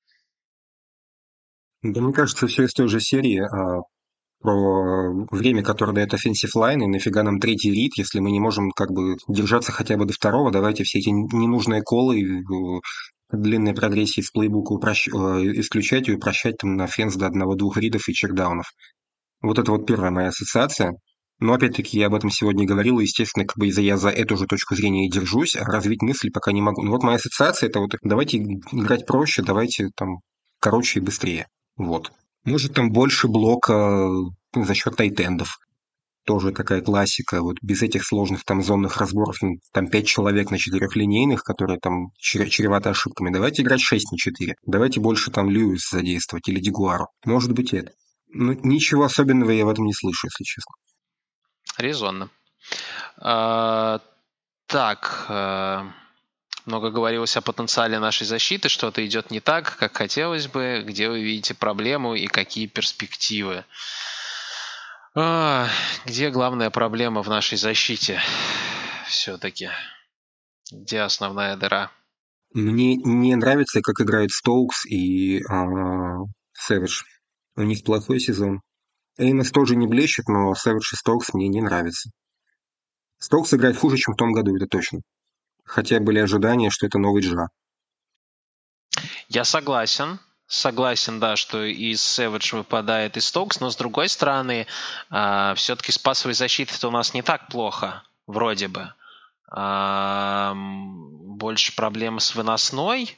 Да, мне кажется, все из той же серии про время, которое дает offensive line, и нафига нам третий рид, если мы не можем как бы держаться хотя бы до второго, давайте все эти ненужные колы, длинные прогрессии с плейбука исключать и упрощать там на фенс до одного-двух ридов и чекдаунов. Вот это вот первая моя ассоциация. Но опять-таки я об этом сегодня говорил, и, естественно, как бы я за эту же точку зрения и держусь, а развить мысли пока не могу. Но вот моя ассоциация – это вот давайте играть проще, давайте там короче и быстрее. Вот. Может, там больше блока за счет тайтендов. Тоже такая классика. Вот без этих сложных там зонных разборов, там 5 человек на 4 линейных, которые там чреваты ошибками. Давайте играть 6-4. Давайте больше там Льюис задействовать или Дигуару. Может быть, это. Ну, ничего особенного я в этом не слышу, если честно. Резонно. Так, много говорилось о потенциале нашей защиты, что-то идет не так, как хотелось бы. Где вы видите проблему и какие перспективы? Где главная проблема в нашей защите все-таки? Где основная дыра? Мне не нравится, как играют Стоукс и Сэвидж. У них плохой сезон. Эйнес тоже не блещет, но Сэвидж и Стоукс мне не нравятся. Стоукс играет хуже, чем в том году, это точно. Хотя были ожидания, что это новый Джа. Я согласен. Согласен, да, что и Сэвидж выпадает, и Стоукс, но с другой стороны, все-таки с пасовой защитой-то у нас не так плохо, вроде бы. Больше проблемы с выносной.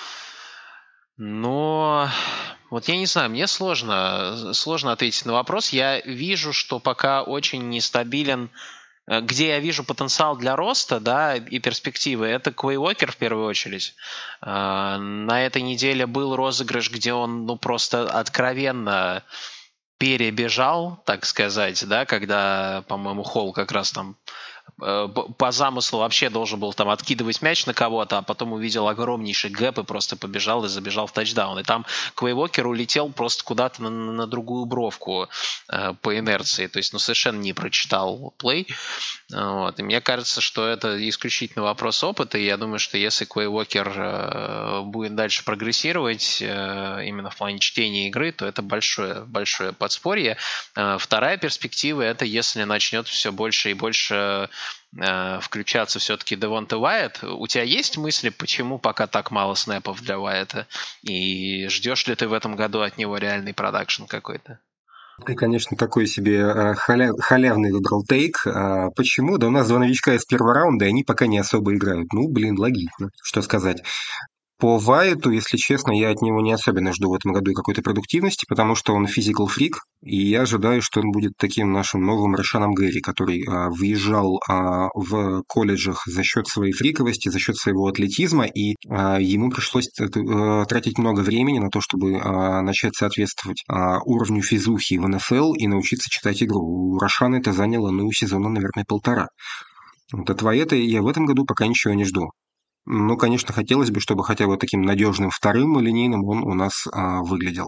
Но вот я не знаю, мне сложно ответить на вопрос. Я вижу, что пока очень нестабилен. Где я вижу потенциал для роста, да, и перспективы, это Квей Уокер в первую очередь. На этой неделе был розыгрыш, где он, просто откровенно перебежал, так сказать, да, когда, по-моему, Холл как раз там по замыслу вообще должен был там откидывать мяч на кого-то, а потом увидел огромнейший гэп и просто побежал и забежал в тачдаун. И там Квей Уокер улетел просто куда-то на другую бровку по инерции. То есть, совершенно не прочитал плей. Вот. И мне кажется, что это исключительно вопрос опыта. И я думаю, что если Квей Уокер будет дальше прогрессировать именно в плане чтения игры, то это большое подспорье. Вторая перспектива – это если начнет все больше и больше включаться все-таки Девонте Уайт. У тебя есть мысли, почему пока так мало снэпов для Уайта? И ждешь ли ты в этом году от него реальный продакшн какой-то? Ты, конечно, такой себе халявный выбрал тейк. Почему? Да у нас два новичка из первого раунда, и они пока не особо играют. Ну, блин, логично. Что сказать. По Вайту, если честно, я от него не особенно жду в этом году какой-то продуктивности, потому что он физикал фрик, и я ожидаю, что он будет таким нашим новым Рашаном Гэри, который въезжал в колледжах за счет своей фриковости, за счет своего атлетизма, и ему пришлось тратить много времени на то, чтобы начать соответствовать уровню физухи в НФЛ и научиться читать игру. У Рашана это заняло, сезона, наверное, 1,5. Вот от Вайета я в этом году пока ничего не жду. Ну, конечно, хотелось бы, чтобы хотя бы таким надежным вторым линейным он у нас выглядел.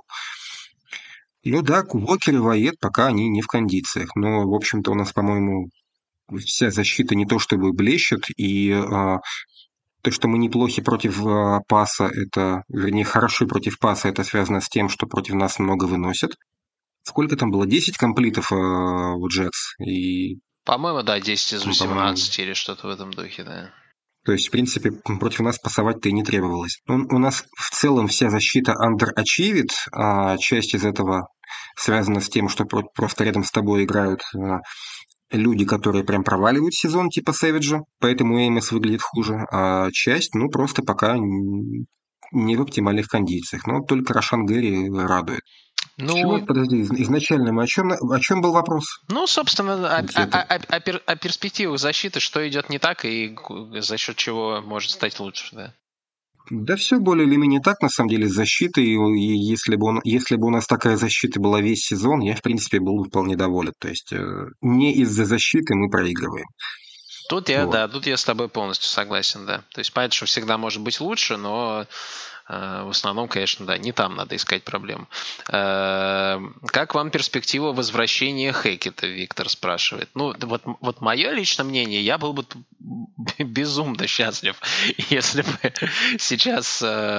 Ну да, Уокер и Вайет пока они не в кондициях. Но, в общем-то, у нас, по-моему, вся защита не то чтобы блещет, и то, что мы неплохи против паса, вернее, хороши против паса, это связано с тем, что против нас много выносят. Сколько там было? 10 комплитов у Джетс? И, По-моему, да, 10 из по-моему, 18 или что-то в этом духе, да. то есть, в принципе, против нас пасовать-то и не требовалось. У нас в целом вся защита underachieved, а часть из этого связана с тем, что просто рядом с тобой играют люди, которые прям проваливают сезон, типа Сэвиджа, поэтому Эймос выглядит хуже, а часть, ну, просто пока не в оптимальных кондициях. Но только Рошан Гэри радует. С чего, Ну, подожди, изначально мы о чем был вопрос? ну, собственно, Где-то. о перспективах защиты, что идет не так и за счет чего может стать лучше, да. Да все более или менее так, на самом деле, с защитой. И если бы у нас такая защита была весь сезон, я, в принципе, был бы вполне доволен. То есть, не из-за защиты мы проигрываем. Вот. Тут я с тобой полностью согласен, да. То есть понятно, что всегда может быть лучше, но в основном, конечно, да, не там надо искать проблему. Как вам перспектива возвращения Хекета, Виктор спрашивает. Ну, вот мое личное мнение, я был бы безумно счастлив, если бы сейчас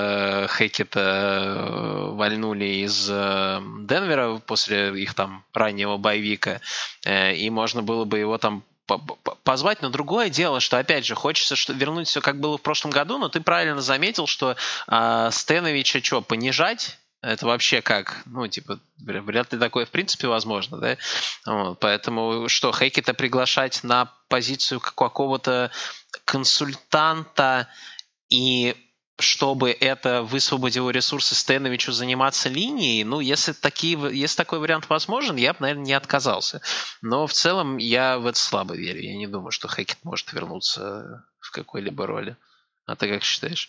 Хекета вальнули из Денвера после их там раннего боевика, и можно было бы его там позвать, но другое дело, что, опять же, хочется вернуть все, как было в прошлом году, но ты правильно заметил, что Стеновича что, понижать? Это вообще как? Ну, типа, вряд ли такое в принципе возможно, да? Вот, поэтому что, Хекета приглашать на позицию какого-то консультанта и чтобы это высвободило ресурсы Стеновичу заниматься линией, ну, если такой вариант возможен, я бы, наверное, не отказался. Но в целом я в это слабо верю. Я не думаю, что Хекет может вернуться в какой-либо роли. А ты как считаешь?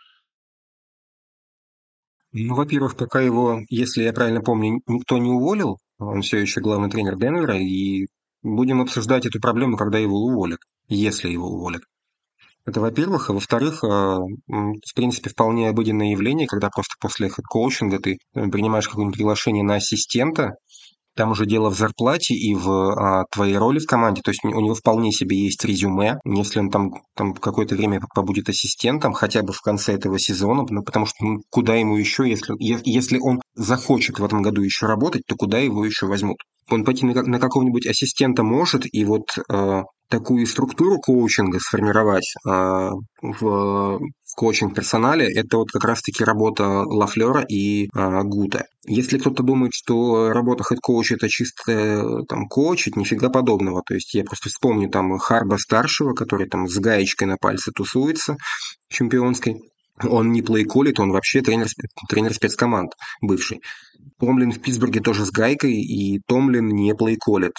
Ну, во-первых, пока его, если я правильно помню, никто не уволил, он все еще главный тренер Денвера, и будем обсуждать эту проблему, когда его уволят, если его уволят. Это во-первых. А во-вторых, в принципе, вполне обыденное явление, когда просто после хед-коучинга ты принимаешь какое-нибудь приглашение на ассистента, там уже дело в зарплате и в твоей роли в команде. То есть у него вполне себе есть резюме. Если он там какое-то время побудет ассистентом, хотя бы в конце этого сезона, ну, потому что куда ему еще, если он захочет в этом году еще работать, то куда его еще возьмут? Он пойти на какого-нибудь ассистента может, и вот такую структуру коучинга сформировать в коучинг-персонале, это вот как раз-таки работа Лафлера и Гута. Если кто-то думает, что работа хед-коуча это чисто там коучить, нифига подобного. То есть я просто вспомню там Харба-старшего, который там с гаечкой на пальце тусуется, чемпионской. Он не плей-коллит, он вообще тренер спецкоманд бывший. Томлин в Питтсбурге тоже с гайкой, и Томлин не плей-коллит.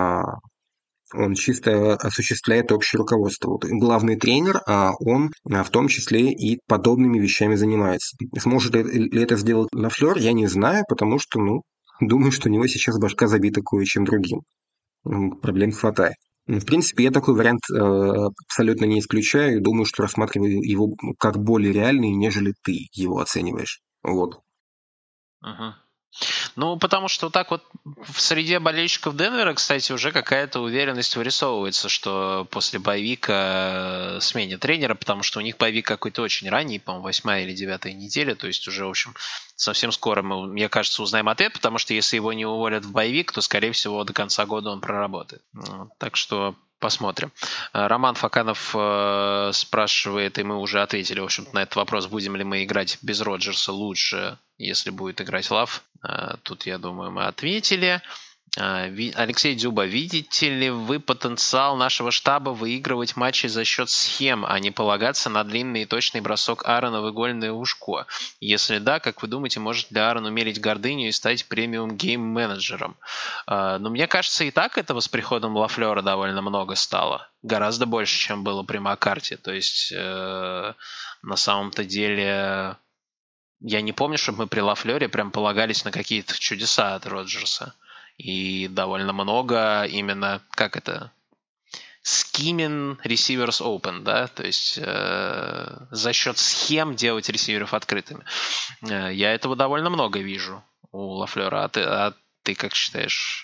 Он чисто осуществляет общее руководство. Вот главный тренер, а он в том числе и подобными вещами занимается. Сможет ли это сделать Лафлер, я не знаю, потому что, думаю, что у него сейчас башка забита кое-чем другим. Проблем хватает. В принципе, я такой вариант абсолютно не исключаю. Думаю, что рассматриваю его как более реальный, нежели ты его оцениваешь. Вот. Угу. Ну, потому что вот так вот в среде болельщиков Денвера, кстати, уже какая-то уверенность вырисовывается, что после боевика сменят тренера, потому что у них боевик какой-то очень ранний, по-моему, 8-я или 9-я неделя, то есть уже, в общем, совсем скоро мы, мне кажется, узнаем ответ, потому что если его не уволят в боевик, то, скорее всего, до конца года он проработает. Так что посмотрим. Роман Факанов спрашивает, и мы уже ответили, в общем-то, на этот вопрос, будем ли мы играть без Роджерса лучше, если будет играть Лав. Тут, я думаю, мы ответили. Алексей Дзюба, видите ли вы потенциал нашего штаба выигрывать матчи за счет схем, а не полагаться на длинный и точный бросок Аарона в игольное ушко? Если да, как вы думаете, может ли Аарон умерить гордыню и стать премиум гейм-менеджером? Но мне кажется, и так этого с приходом Лафлера довольно много стало. Гораздо больше, чем было при Маккарти. То есть, на самом-то деле, я не помню, чтобы мы при Лафлере прям полагались на какие-то чудеса от Роджерса. И довольно много именно, как это, scheming receivers open, да, то есть за счет схем делать ресиверов открытыми. Я этого довольно много вижу у Лафлера. А ты как считаешь?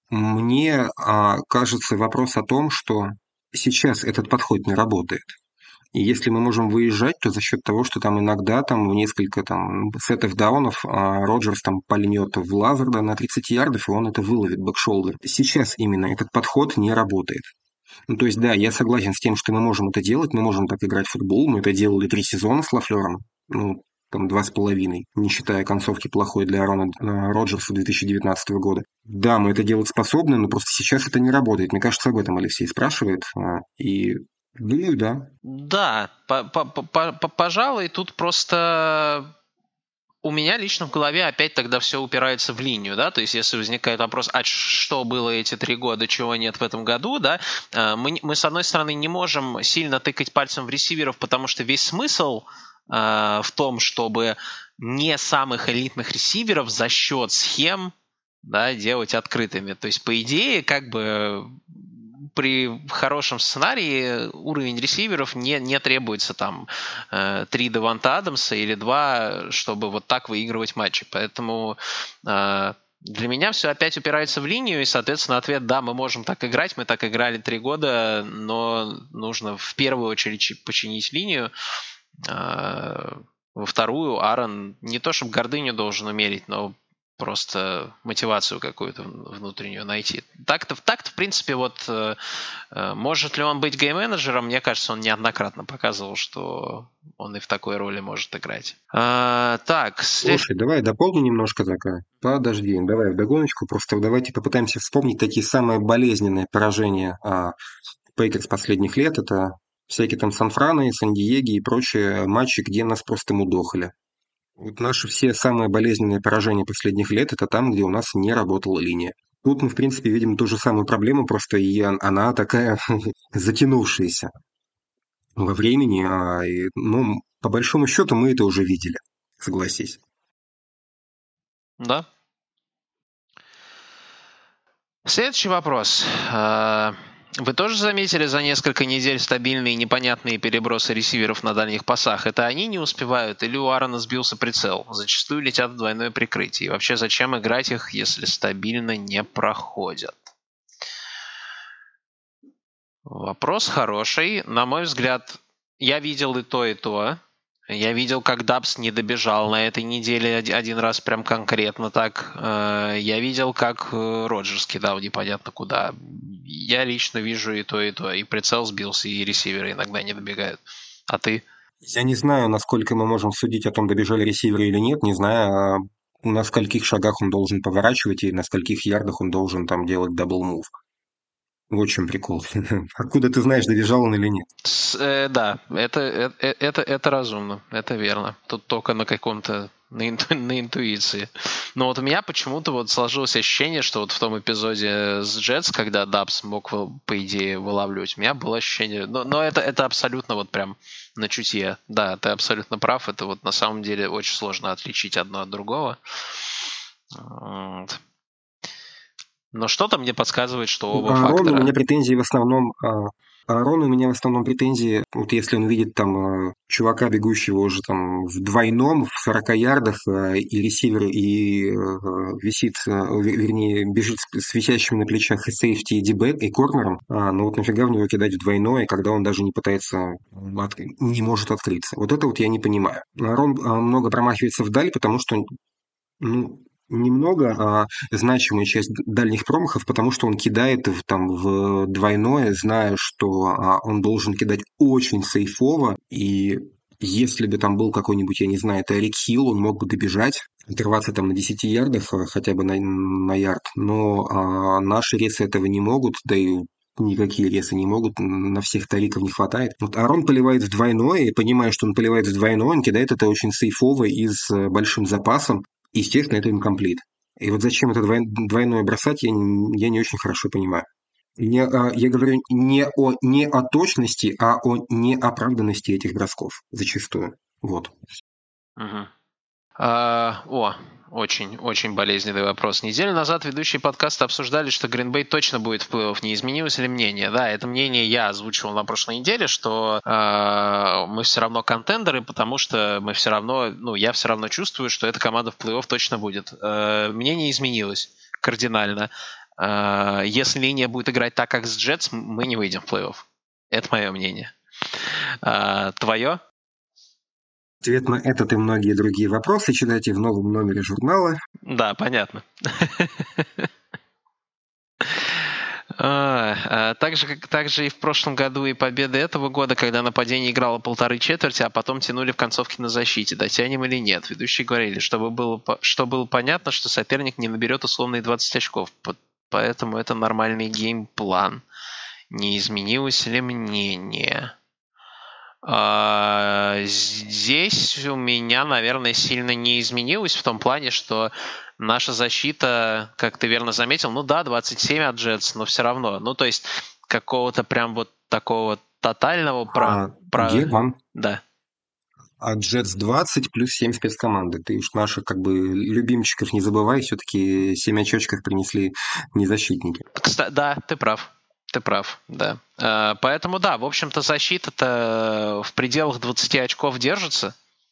Мне кажется вопрос о том, что сейчас этот подход не работает. И если мы можем выезжать, то за счет того, что там иногда там в несколько там сетов даунов Роджерс там пальнет в Лазарда на 30 ярдов, и он это выловит бэкшолдер. Сейчас именно этот подход не работает. Ну, то есть, да, я согласен с тем, что мы можем это делать, мы можем так играть в футбол, мы это делали 3 сезона с Лафлером, ну, там 2,5, не считая концовки плохой для Арона Роджерса 2019 года. Да, мы это делать способны, но просто сейчас это не работает. Мне кажется, об этом Алексей спрашивает. И думаю, да. Да, пожалуй, тут просто у меня лично в голове опять тогда все упирается в линию, да, то есть если возникает вопрос, а что было эти 3 года, чего нет в этом году, да, мы с одной стороны не можем сильно тыкать пальцем в ресиверов, потому что весь смысл в том, чтобы не самых элитных ресиверов за счет схем, да, делать открытыми. То есть, по идее, как бы при хорошем сценарии уровень ресиверов не требуется там 3 Девонта Адамса или 2, чтобы вот так выигрывать матчи. Поэтому для меня все опять упирается в линию, и, соответственно, ответ «да, мы можем так играть», мы так играли 3 года, но нужно в первую очередь починить линию. Во вторую Аарон не то чтобы гордыню должен умерить, но просто мотивацию какую-то внутреннюю найти. Так-то, в принципе, вот может ли он быть гейм-менеджером, мне кажется, он неоднократно показывал, что он и в такой роли может играть. Так, Слушай, давай дополню немножко такая. Подожди, давай вдогоночку, просто давайте попытаемся вспомнить такие самые болезненные поражения Пейкерс последних лет. Это всякие там Сан-Франо, Сан-Диего и прочие матчи, где нас просто мудохали. Вот наши все самые болезненные поражения последних лет – это там, где у нас не работала линия. Тут мы, в принципе, видим ту же самую проблему, просто и она такая затянувшаяся во времени. Ну, по большому счету, мы это уже видели, согласись. Да. Следующий вопрос. Вы тоже заметили за несколько недель стабильные и непонятные перебросы ресиверов на дальних пасах? Это они не успевают или у Аарона сбился прицел? Зачастую летят в двойное прикрытие. И вообще, зачем играть их, если стабильно не проходят? Вопрос хороший. На мой взгляд, я видел и то, и то. Я видел, как Дабс не добежал на этой неделе один раз прям конкретно так. Я видел, как Роджерс кидал непонятно куда. Я лично вижу и то, и то. И прицел сбился, и ресиверы иногда не добегают. А ты? Я не знаю, насколько мы можем судить о том, добежали ресиверы или нет, не знаю, на скольких шагах он должен поворачивать и на скольких ярдах он должен там делать дабл-мув. Вот в чем прикол. Откуда ты знаешь, добежал он или нет? Да, это разумно, это верно. Тут только на каком-то на интуиции. Но вот у меня почему-то вот сложилось ощущение, что вот в том эпизоде с Джетс, когда Дабс мог, по идее, вылавливать, у меня было ощущение... Но это абсолютно вот прям на чутье. Да, ты абсолютно прав. Это вот на самом деле очень сложно отличить одно от другого. Вот. Но что-то мне подсказывает, что оба фактора... У меня претензии в основном... Аарону у меня в основном претензии, вот если он видит там чувака, бегущего уже там в двойном, в 40 ярдах, и ресивер, и висит, вернее, бежит с висящими на плечах и сейфти, и дибэк, и корнером, ну вот нафига в него кидать в двойное, когда он даже не пытается, не может открыться. Вот это вот я не понимаю. Аарон много промахивается вдаль, потому что, ну, немного значимая часть дальних промахов, потому что он кидает в двойное, зная, что он должен кидать очень сейфово, и если бы там был какой-нибудь, я не знаю, Тайрик Хилл, он мог бы добежать, оторваться там на 10 ярдах, хотя бы на ярд, но наши ресы этого не могут, да и никакие ресы не могут, на всех тариков не хватает. Вот Арон поливает в двойное, и понимая, что он поливает в двойное, он кидает это очень сейфово и с большим запасом. Естественно, это инкомплит. И вот зачем это двойное бросать, я не очень хорошо понимаю. Я говорю не о точности, а о неоправданности этих бросков зачастую. Вот. Угу. Очень болезненный вопрос. Неделю назад ведущие подкаста обсуждали, что Green Bay точно будет в плей-офф. Не изменилось ли мнение? Да, это мнение я озвучивал на прошлой неделе, что мы все равно контендеры, потому что мы все равно, я все равно чувствую, что эта команда в плей-офф точно будет. Мнение изменилось кардинально. Если линия будет играть так, как с Джетс, мы не выйдем в плей-офф. Это мое мнение. Твое? Ответ на этот и многие другие вопросы читайте в новом номере журнала. Да, понятно. Так же и в прошлом году, и победы этого года, когда нападение играло полторы четверти, а потом тянули в концовке на защите. Дотянем или нет? Ведущие говорили, чтобы было понятно, что соперник не наберет условные 20 очков. Поэтому это нормальный геймплан. Не изменилось ли мнение? Здесь у меня, наверное, сильно не изменилось в том плане, что наша защита, как ты верно заметил, 27 от Джетс, но все равно. То есть какого-то прям вот такого тотального Герман. Да. А Джетс 20 плюс 7 спецкоманды. Ты уж наших любимчиков не забывай, все-таки 7 очочков принесли не защитники. Кстати, да, ты прав. Ты прав, да. Поэтому, да, в общем-то, защита-то в пределах 20 очков держится.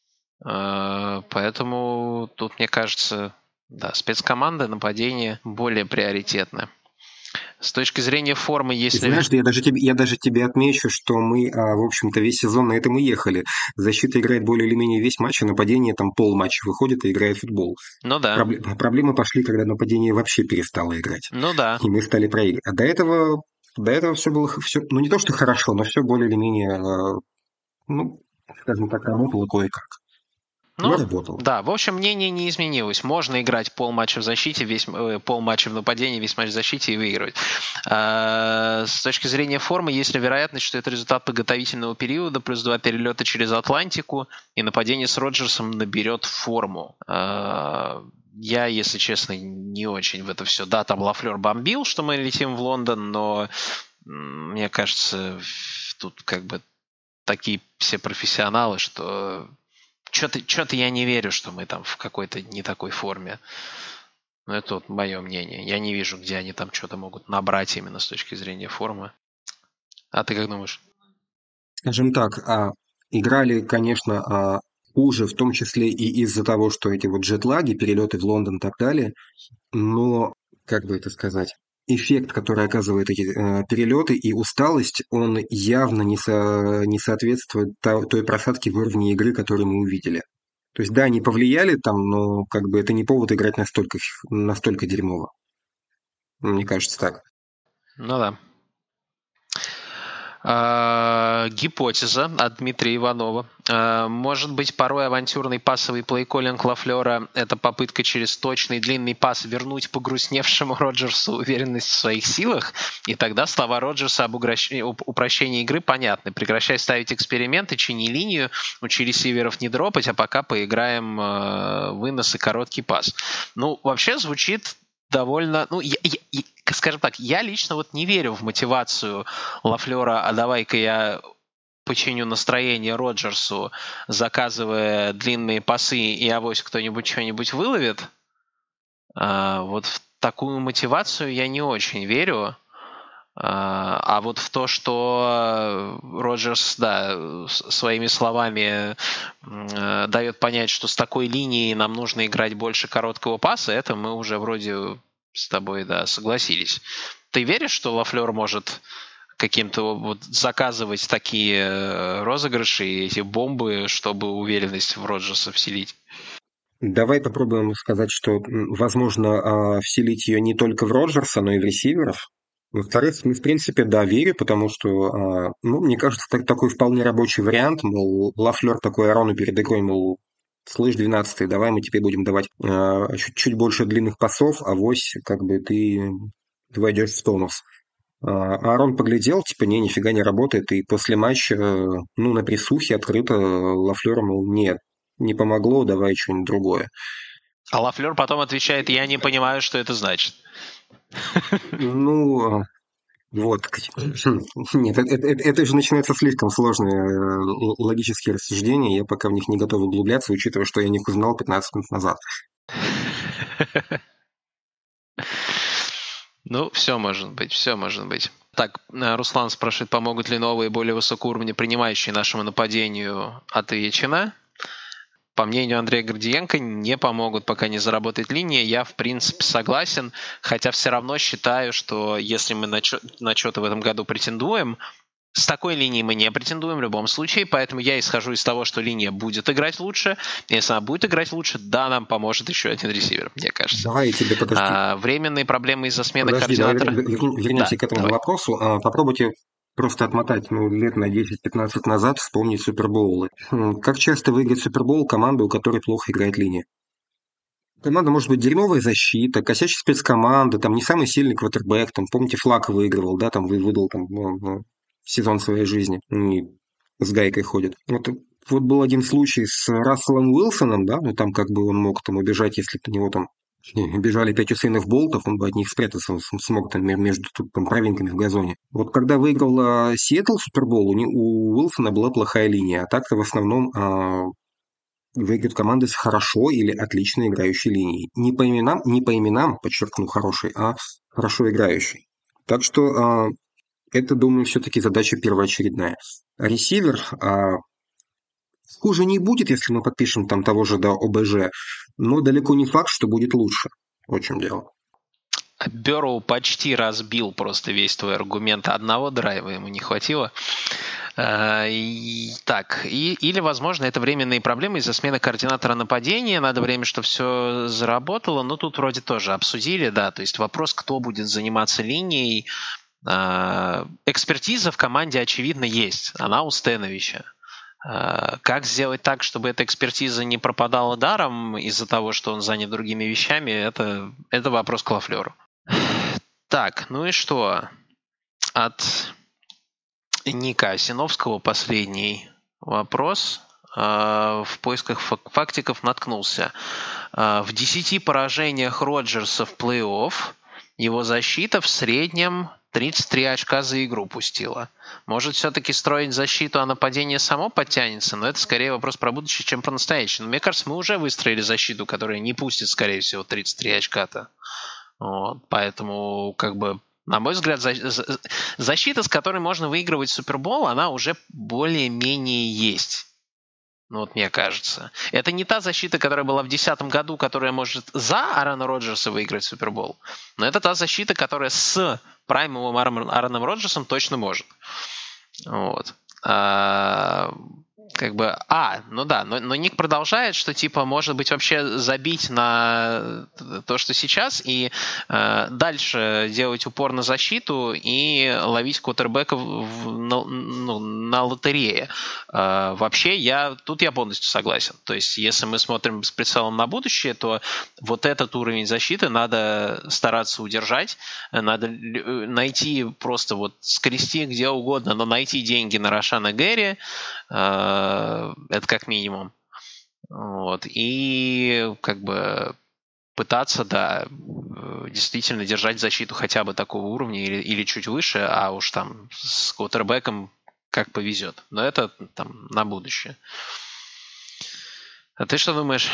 Поэтому тут, мне кажется, да, спецкоманды, нападение более приоритетны. С точки зрения формы, если... Ты знаешь, я даже тебе отмечу, что мы, в общем-то, весь сезон на этом и ехали. Защита играет более или менее весь матч, а нападение там полматча выходит и играет в футбол. Ну да. Проблемы пошли, когда нападение вообще перестало играть. Ну да. И мы стали проигрывать. А до этого все было, не то что хорошо, но все более или менее, скажем так, работало кое-как. Работало. Да, в общем, мнение не изменилось. Можно играть полматча в защите, полматча в нападении, весь матч в защите и выигрывать. С точки зрения формы, есть ли вероятность, что это результат подготовительного периода, плюс 2 перелета через Атлантику, и нападение с Роджерсом наберет форму. Я, если честно, не очень в это все. Да, там Лафлер бомбил, что мы летим в Лондон, но мне кажется, тут такие все профессионалы, что... Что-то я не верю, что мы там в какой-то не такой форме. Это вот мое мнение. Я не вижу, где они там что-то могут набрать именно с точки зрения формы. А ты как думаешь? Скажем так, играли, конечно, хуже, в том числе и из-за того, что эти вот джетлаги, перелеты в Лондон и так далее. Но, как бы это сказать, эффект, который оказывают эти перелеты и усталость, он явно не соответствует той просадке в уровне игры, которую мы увидели. То есть, да, они повлияли там, но это не повод играть настолько дерьмово. Мне кажется так. Ну да. Гипотеза от Дмитрия Иванова. Может быть, порой авантюрный пасовый плей-коллинг Лафлера – это попытка через точный длинный пас вернуть погрустневшему Роджерсу уверенность в своих силах, и тогда слова Роджерса об упрощении игры понятны. Прекращай ставить эксперименты, чини линию, учи ресиверов не дропать, а пока поиграем вынос и короткий пас. Вообще звучит довольно... скажем так, я лично не верю в мотивацию Лафлера, а давай-ка я починю настроение Роджерсу, заказывая длинные пасы, и авось кто-нибудь что-нибудь выловит. Вот в такую мотивацию я не очень верю. А вот в то, что Роджерс, да, своими словами дает понять, что с такой линией нам нужно играть больше короткого паса, это мы уже вроде с тобой, да, согласились. Ты веришь, что Лафлер может каким-то заказывать такие розыгрыши и эти бомбы, чтобы уверенность в Роджерса вселить? Давай попробуем сказать, что возможно вселить ее не только в Роджерса, но и в ресиверов. Во-вторых, в принципе, да, верю, потому что, мне кажется, такой вполне рабочий вариант, мол, Лафлер такой Арону перед игрой, мол, слышь, 12-й, давай мы тебе будем давать чуть больше длинных пасов, авось ты войдешь в тонус. Арон поглядел, нифига не работает, и после матча, на присухе открыто Лафлер, мол, нет, не помогло, давай что-нибудь другое. А Лафлер потом отвечает, я не понимаю, что это значит. Вот. Нет, это же начинаются слишком сложные логические рассуждения, я пока в них не готов углубляться, учитывая, что я о них узнал 15 минут назад. Все может быть. Так, Руслан спрашивает, помогут ли новые, более высокого уровня, принимающие нашему нападению, отвечено. по мнению Андрея Гордиенко, не помогут, пока не заработает линия. Я, в принципе, согласен, хотя все равно считаю, что если мы на что-то в этом году претендуем, с такой линией мы не претендуем в любом случае, поэтому я исхожу из того, что линия будет играть лучше. Если она будет играть лучше, да, нам поможет еще один ресивер, мне кажется. Давай я тебе подожди. Временные проблемы из-за смены Подожди, координатора. Вернемся к этому вопросу. Попробуйте просто отмотать лет на 10-15 назад, вспомнить Супербоулы. Как часто выиграет Супербоул команда, у которой плохо играет линия? Команда может быть дерьмовая защита, косячая спецкоманда, там не самый сильный квотербэк, там, помните, Флако выигрывал, да, там выдал там, сезон своей жизни, и с гайкой ходит. Вот был один случай с Расселом Уилсоном, да, там как бы он мог там убежать, если бы у него там бежали 5 Усейнов Болтов, он бы от них спрятаться, он смог там между там, травинками в газоне. Вот когда выиграл Сиэтл Супербол, у Уилсона была плохая линия, а так-то в основном выиграют команды с хорошо или отлично играющей линией. Не по именам, подчеркну, хороший, а хорошо играющий. Так что это, думаю, все-таки задача первоочередная. Ресивер хуже не будет, если мы подпишем там того же ОБЖ, но далеко не факт, что будет лучше. Вот в чем дело. Бёрроу почти разбил просто весь твой аргумент. Одного драйва ему не хватило. Или, возможно, это временные проблемы из-за смены координатора нападения. Надо время, чтобы все заработало. Но тут вроде тоже обсудили, да. То есть вопрос, кто будет заниматься линией. Экспертиза в команде, очевидно, есть. Она у Стеновича. Как сделать так, чтобы эта экспертиза не пропадала даром из-за того, что он занят другими вещами, это вопрос к Лафлеру. Так, ну и что? От Ника Осиновского последний вопрос. В поисках фактиков наткнулся. В 10 поражениях Роджерса в плей-офф его защита в среднем 33 очка за игру пустила. Может все-таки строить защиту, а нападение само подтянется, но это скорее вопрос про будущее, чем про настоящее. Но мне кажется, мы уже выстроили защиту, которая не пустит, скорее всего, 33 очка-то. Вот, поэтому, как бы, на мой взгляд, защита, с которой можно выигрывать Супербол, она уже более-менее есть. Ну, вот мне кажется. Это не та защита, которая была в 2010 году, которая может за Аарона Роджерса выиграть Супербол. Но это та защита, которая с праймовым Аароном Роджерсом точно может. Вот. Но Ник продолжает, что типа может быть вообще забить на то, что сейчас, и дальше делать упор на защиту и ловить квотербеков на лотерее. Вообще я полностью согласен. То есть если мы смотрим с прицелом на будущее, то вот этот уровень защиты надо стараться удержать, надо найти просто вот скрести где угодно, но найти деньги на Рошана Гэри. Это как минимум. Вот. И как бы пытаться, да, действительно держать защиту хотя бы такого уровня или чуть выше, а уж там с квотербеком как повезет. Но это там на будущее. А ты что думаешь?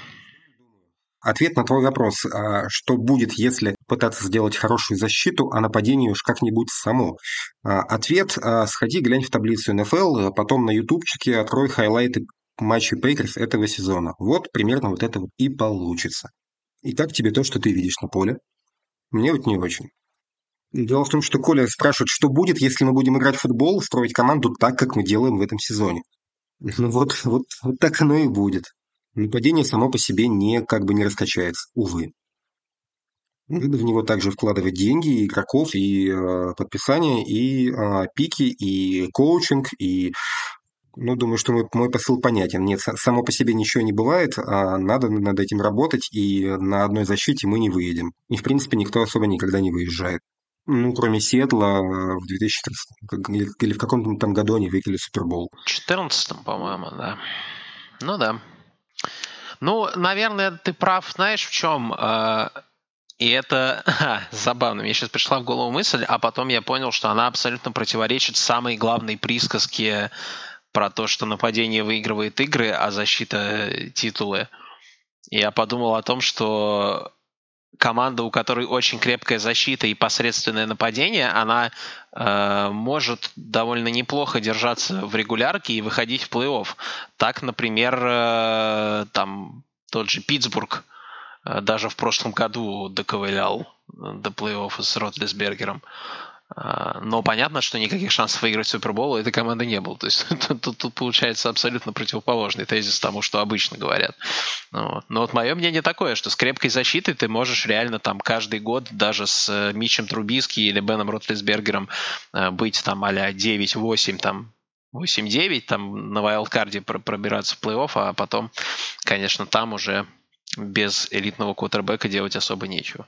Ответ на твой вопрос, что будет, если пытаться сделать хорошую защиту, а нападение уж как-нибудь само. Ответ, сходи, глянь в таблицу НФЛ, потом на ютубчике открой хайлайты матчей Пейкерс этого сезона. Вот примерно вот это вот и получится. И как тебе то, что ты видишь на поле? Мне вот не очень. Дело в том, что Коля спрашивает, что будет, если мы будем играть в футбол, строить команду так, как мы делаем в этом сезоне. Ну вот так оно и будет. Нападение само по себе не раскачается, увы. Надо в него также вкладывать деньги, и игроков, и подписания, и пики, и коучинг, и... Ну, думаю, что мой посыл понятен. Нет, само по себе ничего не бывает, а надо над этим работать, и на одной защите мы не выедем. И, в принципе, никто особо никогда не выезжает. Ну, кроме Сиэтла в 2014 или в каком-то там году они выиграли Супербол. В 2014, по-моему, да. Ну, да. Ну, наверное, ты прав, знаешь, в чем? И это забавно. Мне сейчас пришла в голову мысль, а потом я понял, что она абсолютно противоречит самой главной присказке про то, что нападение выигрывает игры, а защита титулы. И я подумал о том, что команда, у которой очень крепкая защита и посредственное нападение, она может довольно неплохо держаться в регулярке и выходить в плей-офф. Так, например, там тот же Питтсбург даже в прошлом году доковылял до плей-оффа с Ротлисбергером. Но понятно, что никаких шансов выиграть Супербол у этой команды не было. То есть тут получается абсолютно противоположный тезис тому, что обычно говорят. Вот. Но вот мое мнение такое, что с крепкой защитой ты можешь реально там каждый год даже с Митчем Трубиски или Беном Ротлисбергером быть там а-ля 9-8, там 8-9, там на вайлдкарде пробираться в плей-офф, а потом, конечно, там уже без элитного квотербека делать особо нечего.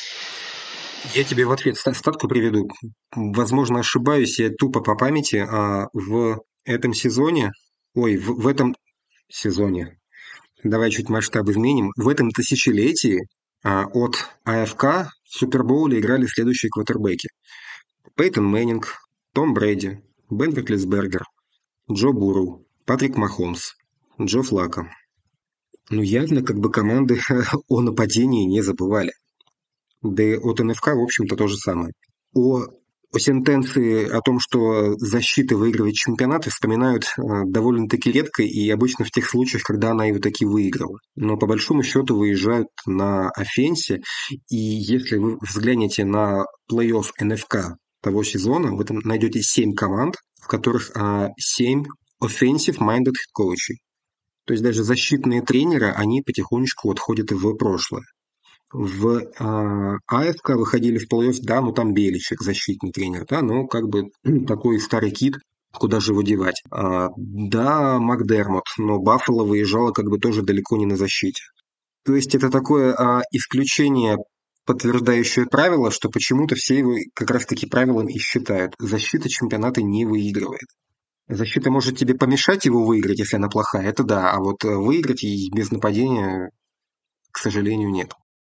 Я тебе в ответ статку приведу. Возможно, ошибаюсь, я тупо по памяти. В этом сезоне, в этом сезоне, давай чуть масштаб изменим, в этом тысячелетии от АФК в Супербоуле играли следующие квотербеки. Пейтон Мэннинг, Том Брэди, Бен Ротлисбергер, Джо Бурроу, Патрик Махомс, Джо Флако. Ну, явно как бы команды о нападении не забывали. Да и от НФК, в общем-то, то же самое. О сентенции о том, что защита выигрывает чемпионаты, вспоминают довольно-таки редко и обычно в тех случаях, когда она его таки выиграла. Но по большому счету выезжают на офенсе, и если вы взглянете на плей-офф НФК того сезона, вы там найдете 7 команд, в которых 7 offensive-minded коучей. То есть даже защитные тренеры, они потихонечку отходят в прошлое. В АФК выходили в плей-офф, да, ну там Беличек, защитный тренер, да, но как бы такой старый кит, куда же его девать. Да, Макдермот, но Баффало выезжала как бы тоже далеко не на защите. То есть это такое исключение, подтверждающее правило, что почему-то все его как раз-таки правилом и считают. Защита чемпионата не выигрывает. Защита может тебе помешать его выиграть, если она плохая, это да, а вот выиграть и без нападения, к сожалению, нет.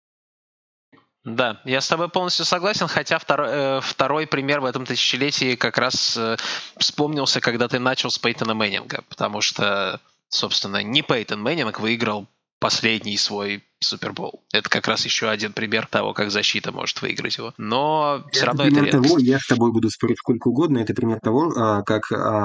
Да, я с тобой полностью согласен, хотя второй пример в этом тысячелетии как раз вспомнился, когда ты начал с Пейтона Мэннинга, потому что, собственно, не Пейтон Мэннинг выиграл последний свой Супербол. Это как раз еще один пример того, как защита может выиграть его. Но все равно это редкость. Того, я с тобой буду спорить сколько угодно, это пример того, как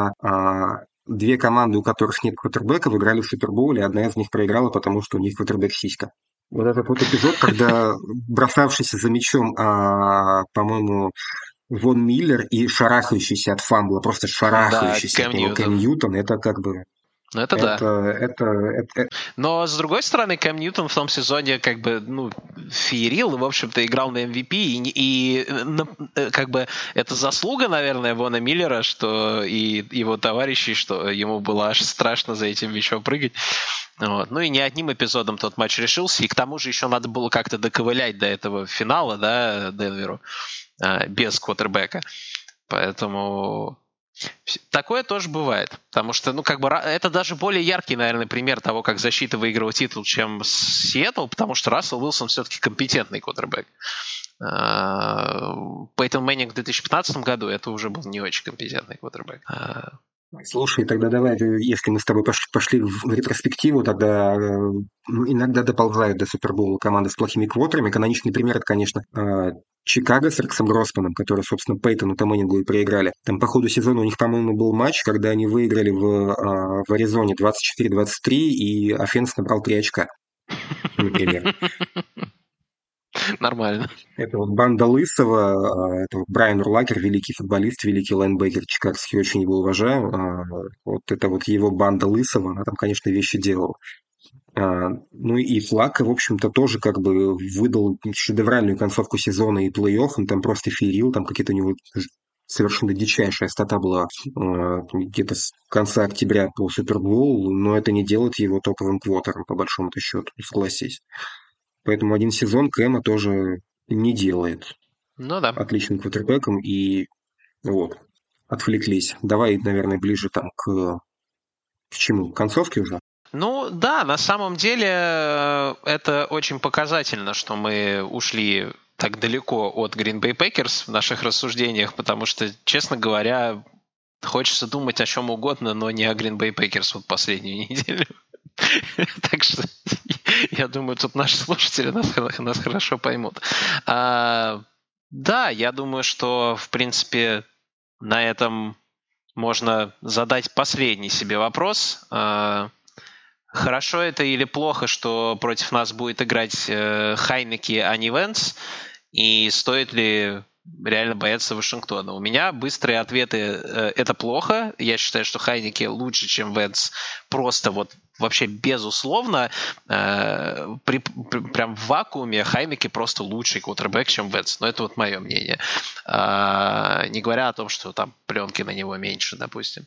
две команды, у которых нет квотербека, выиграли в Супербоуле, одна из них проиграла, потому что у них квотербек сиська. Вот этот вот эпизод, когда бросавшийся за мячом, по-моему, Von Miller и шарахающийся от фамбла, просто шарахающийся от него Кэм Ньютон, это как бы... Ну, это да. Но, с другой стороны, Кэм Ньютон в том сезоне как бы, феерил и, в общем-то, играл на MVP. И как бы это заслуга, наверное, Вона Миллера, что и его товарищей, что ему было аж страшно за этим мячом прыгать. Вот. Ну и не одним эпизодом тот матч решился. И к тому же еще надо было как-то доковылять до этого финала, да, Денверу, без квотербека. Поэтому... Такое тоже бывает, потому что, это даже более яркий, наверное, пример того, как защита выигрывала титул, чем Сиэтл, потому что Рассел Уилсон все-таки компетентный квотербек. Пейтон Мэннинг в 2015 году это уже был не очень компетентный квотербек. Слушай, тогда давай, если мы с тобой пошли в ретроспективу, тогда иногда доползают до Супербоула команды с плохими квотерами. Каноничный пример – это, конечно, Чикаго с Рексом Гроссманом, которые, собственно, Пейтону Мэннингу и проиграли. Там по ходу сезона у них, по-моему, был матч, когда они выиграли в Аризоне 24-23, и офенс набрал 3 очка, например. Нормально. Это вот банда Лысого, это вот Брайан Урлакер, великий футболист, великий лайнбекер чикагский, очень его уважаю. Вот это вот его банда Лысого, она там, конечно, вещи делала. Ну и Флако, в общем-то, тоже как бы выдал шедевральную концовку сезона и плей-офф, он там просто феерил, там какие-то у него совершенно дичайшая стата была где-то с конца октября по Супербоулу, но это не делает его топовым квотером, по большому-то счету, согласись. Поэтому один сезон Кэма тоже не делает отличным квотербеком, и вот, отвлеклись. Давай, наверное, ближе там к чему? К концовке уже? Ну да, на самом деле это очень показательно, что мы ушли так далеко от Green Bay Packers в наших рассуждениях, потому что, честно говоря, хочется думать о чем угодно, но не о Green Bay Packers вот последнюю неделю. Так что Я думаю, тут наши слушатели нас хорошо поймут. Да, я думаю, что, в принципе, на этом можно задать последний себе вопрос. Хорошо это или плохо, что против нас будет играть Хайнеки, а не Венс? И стоит ли реально бояться Вашингтона? У меня быстрые ответы это плохо. Я считаю, что Хайнеки лучше, чем Венс. Просто вот вообще безусловно. Прям в вакууме Хайнеки просто лучший квотербек, чем Венс. Но это вот мое мнение. Не говоря о том, что там пленки на него меньше, допустим.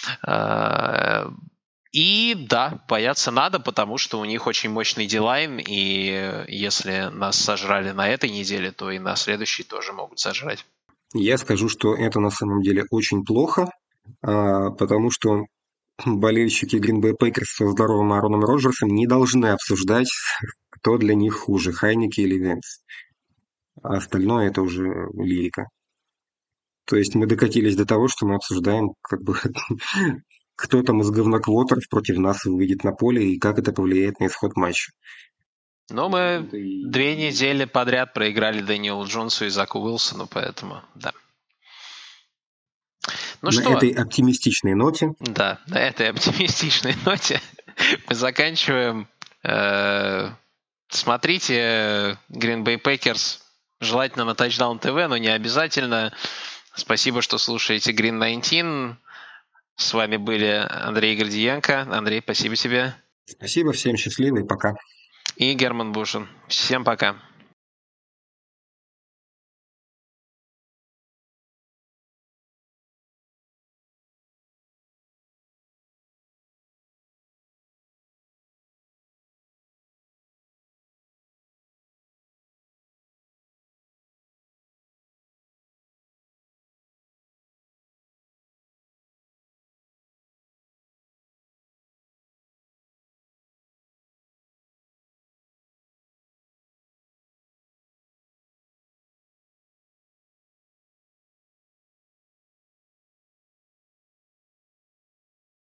И да, бояться надо, потому что у них очень мощный дилайн, и если нас сожрали на этой неделе, то и на следующей тоже могут сожрать. Я скажу, что это на самом деле очень плохо, потому что болельщики Green Bay Packers со здоровым Аароном Роджерсом не должны обсуждать, кто для них хуже, Хайнеки или Венс. А остальное это уже лирика. То есть мы докатились до того, что мы обсуждаем, как бы, кто там из говноквотеров против нас выйдет на поле и как это повлияет на исход матча. Но мы 2 недели подряд проиграли Дэниелу Джонсу и Заку Уилсону, поэтому да. Ну на что? Этой оптимистичной ноте. Да, на этой оптимистичной ноте мы заканчиваем. Смотрите Green Bay Packers, желательно на Touchdown TV, но не обязательно. Спасибо, что слушаете Green 19. С вами были Андрей Гордиенко. Андрей, спасибо тебе. Спасибо, всем счастливо и пока. И Герман Бушин. Всем пока.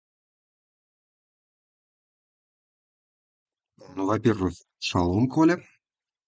Ну, во-первых, шалом, Коля.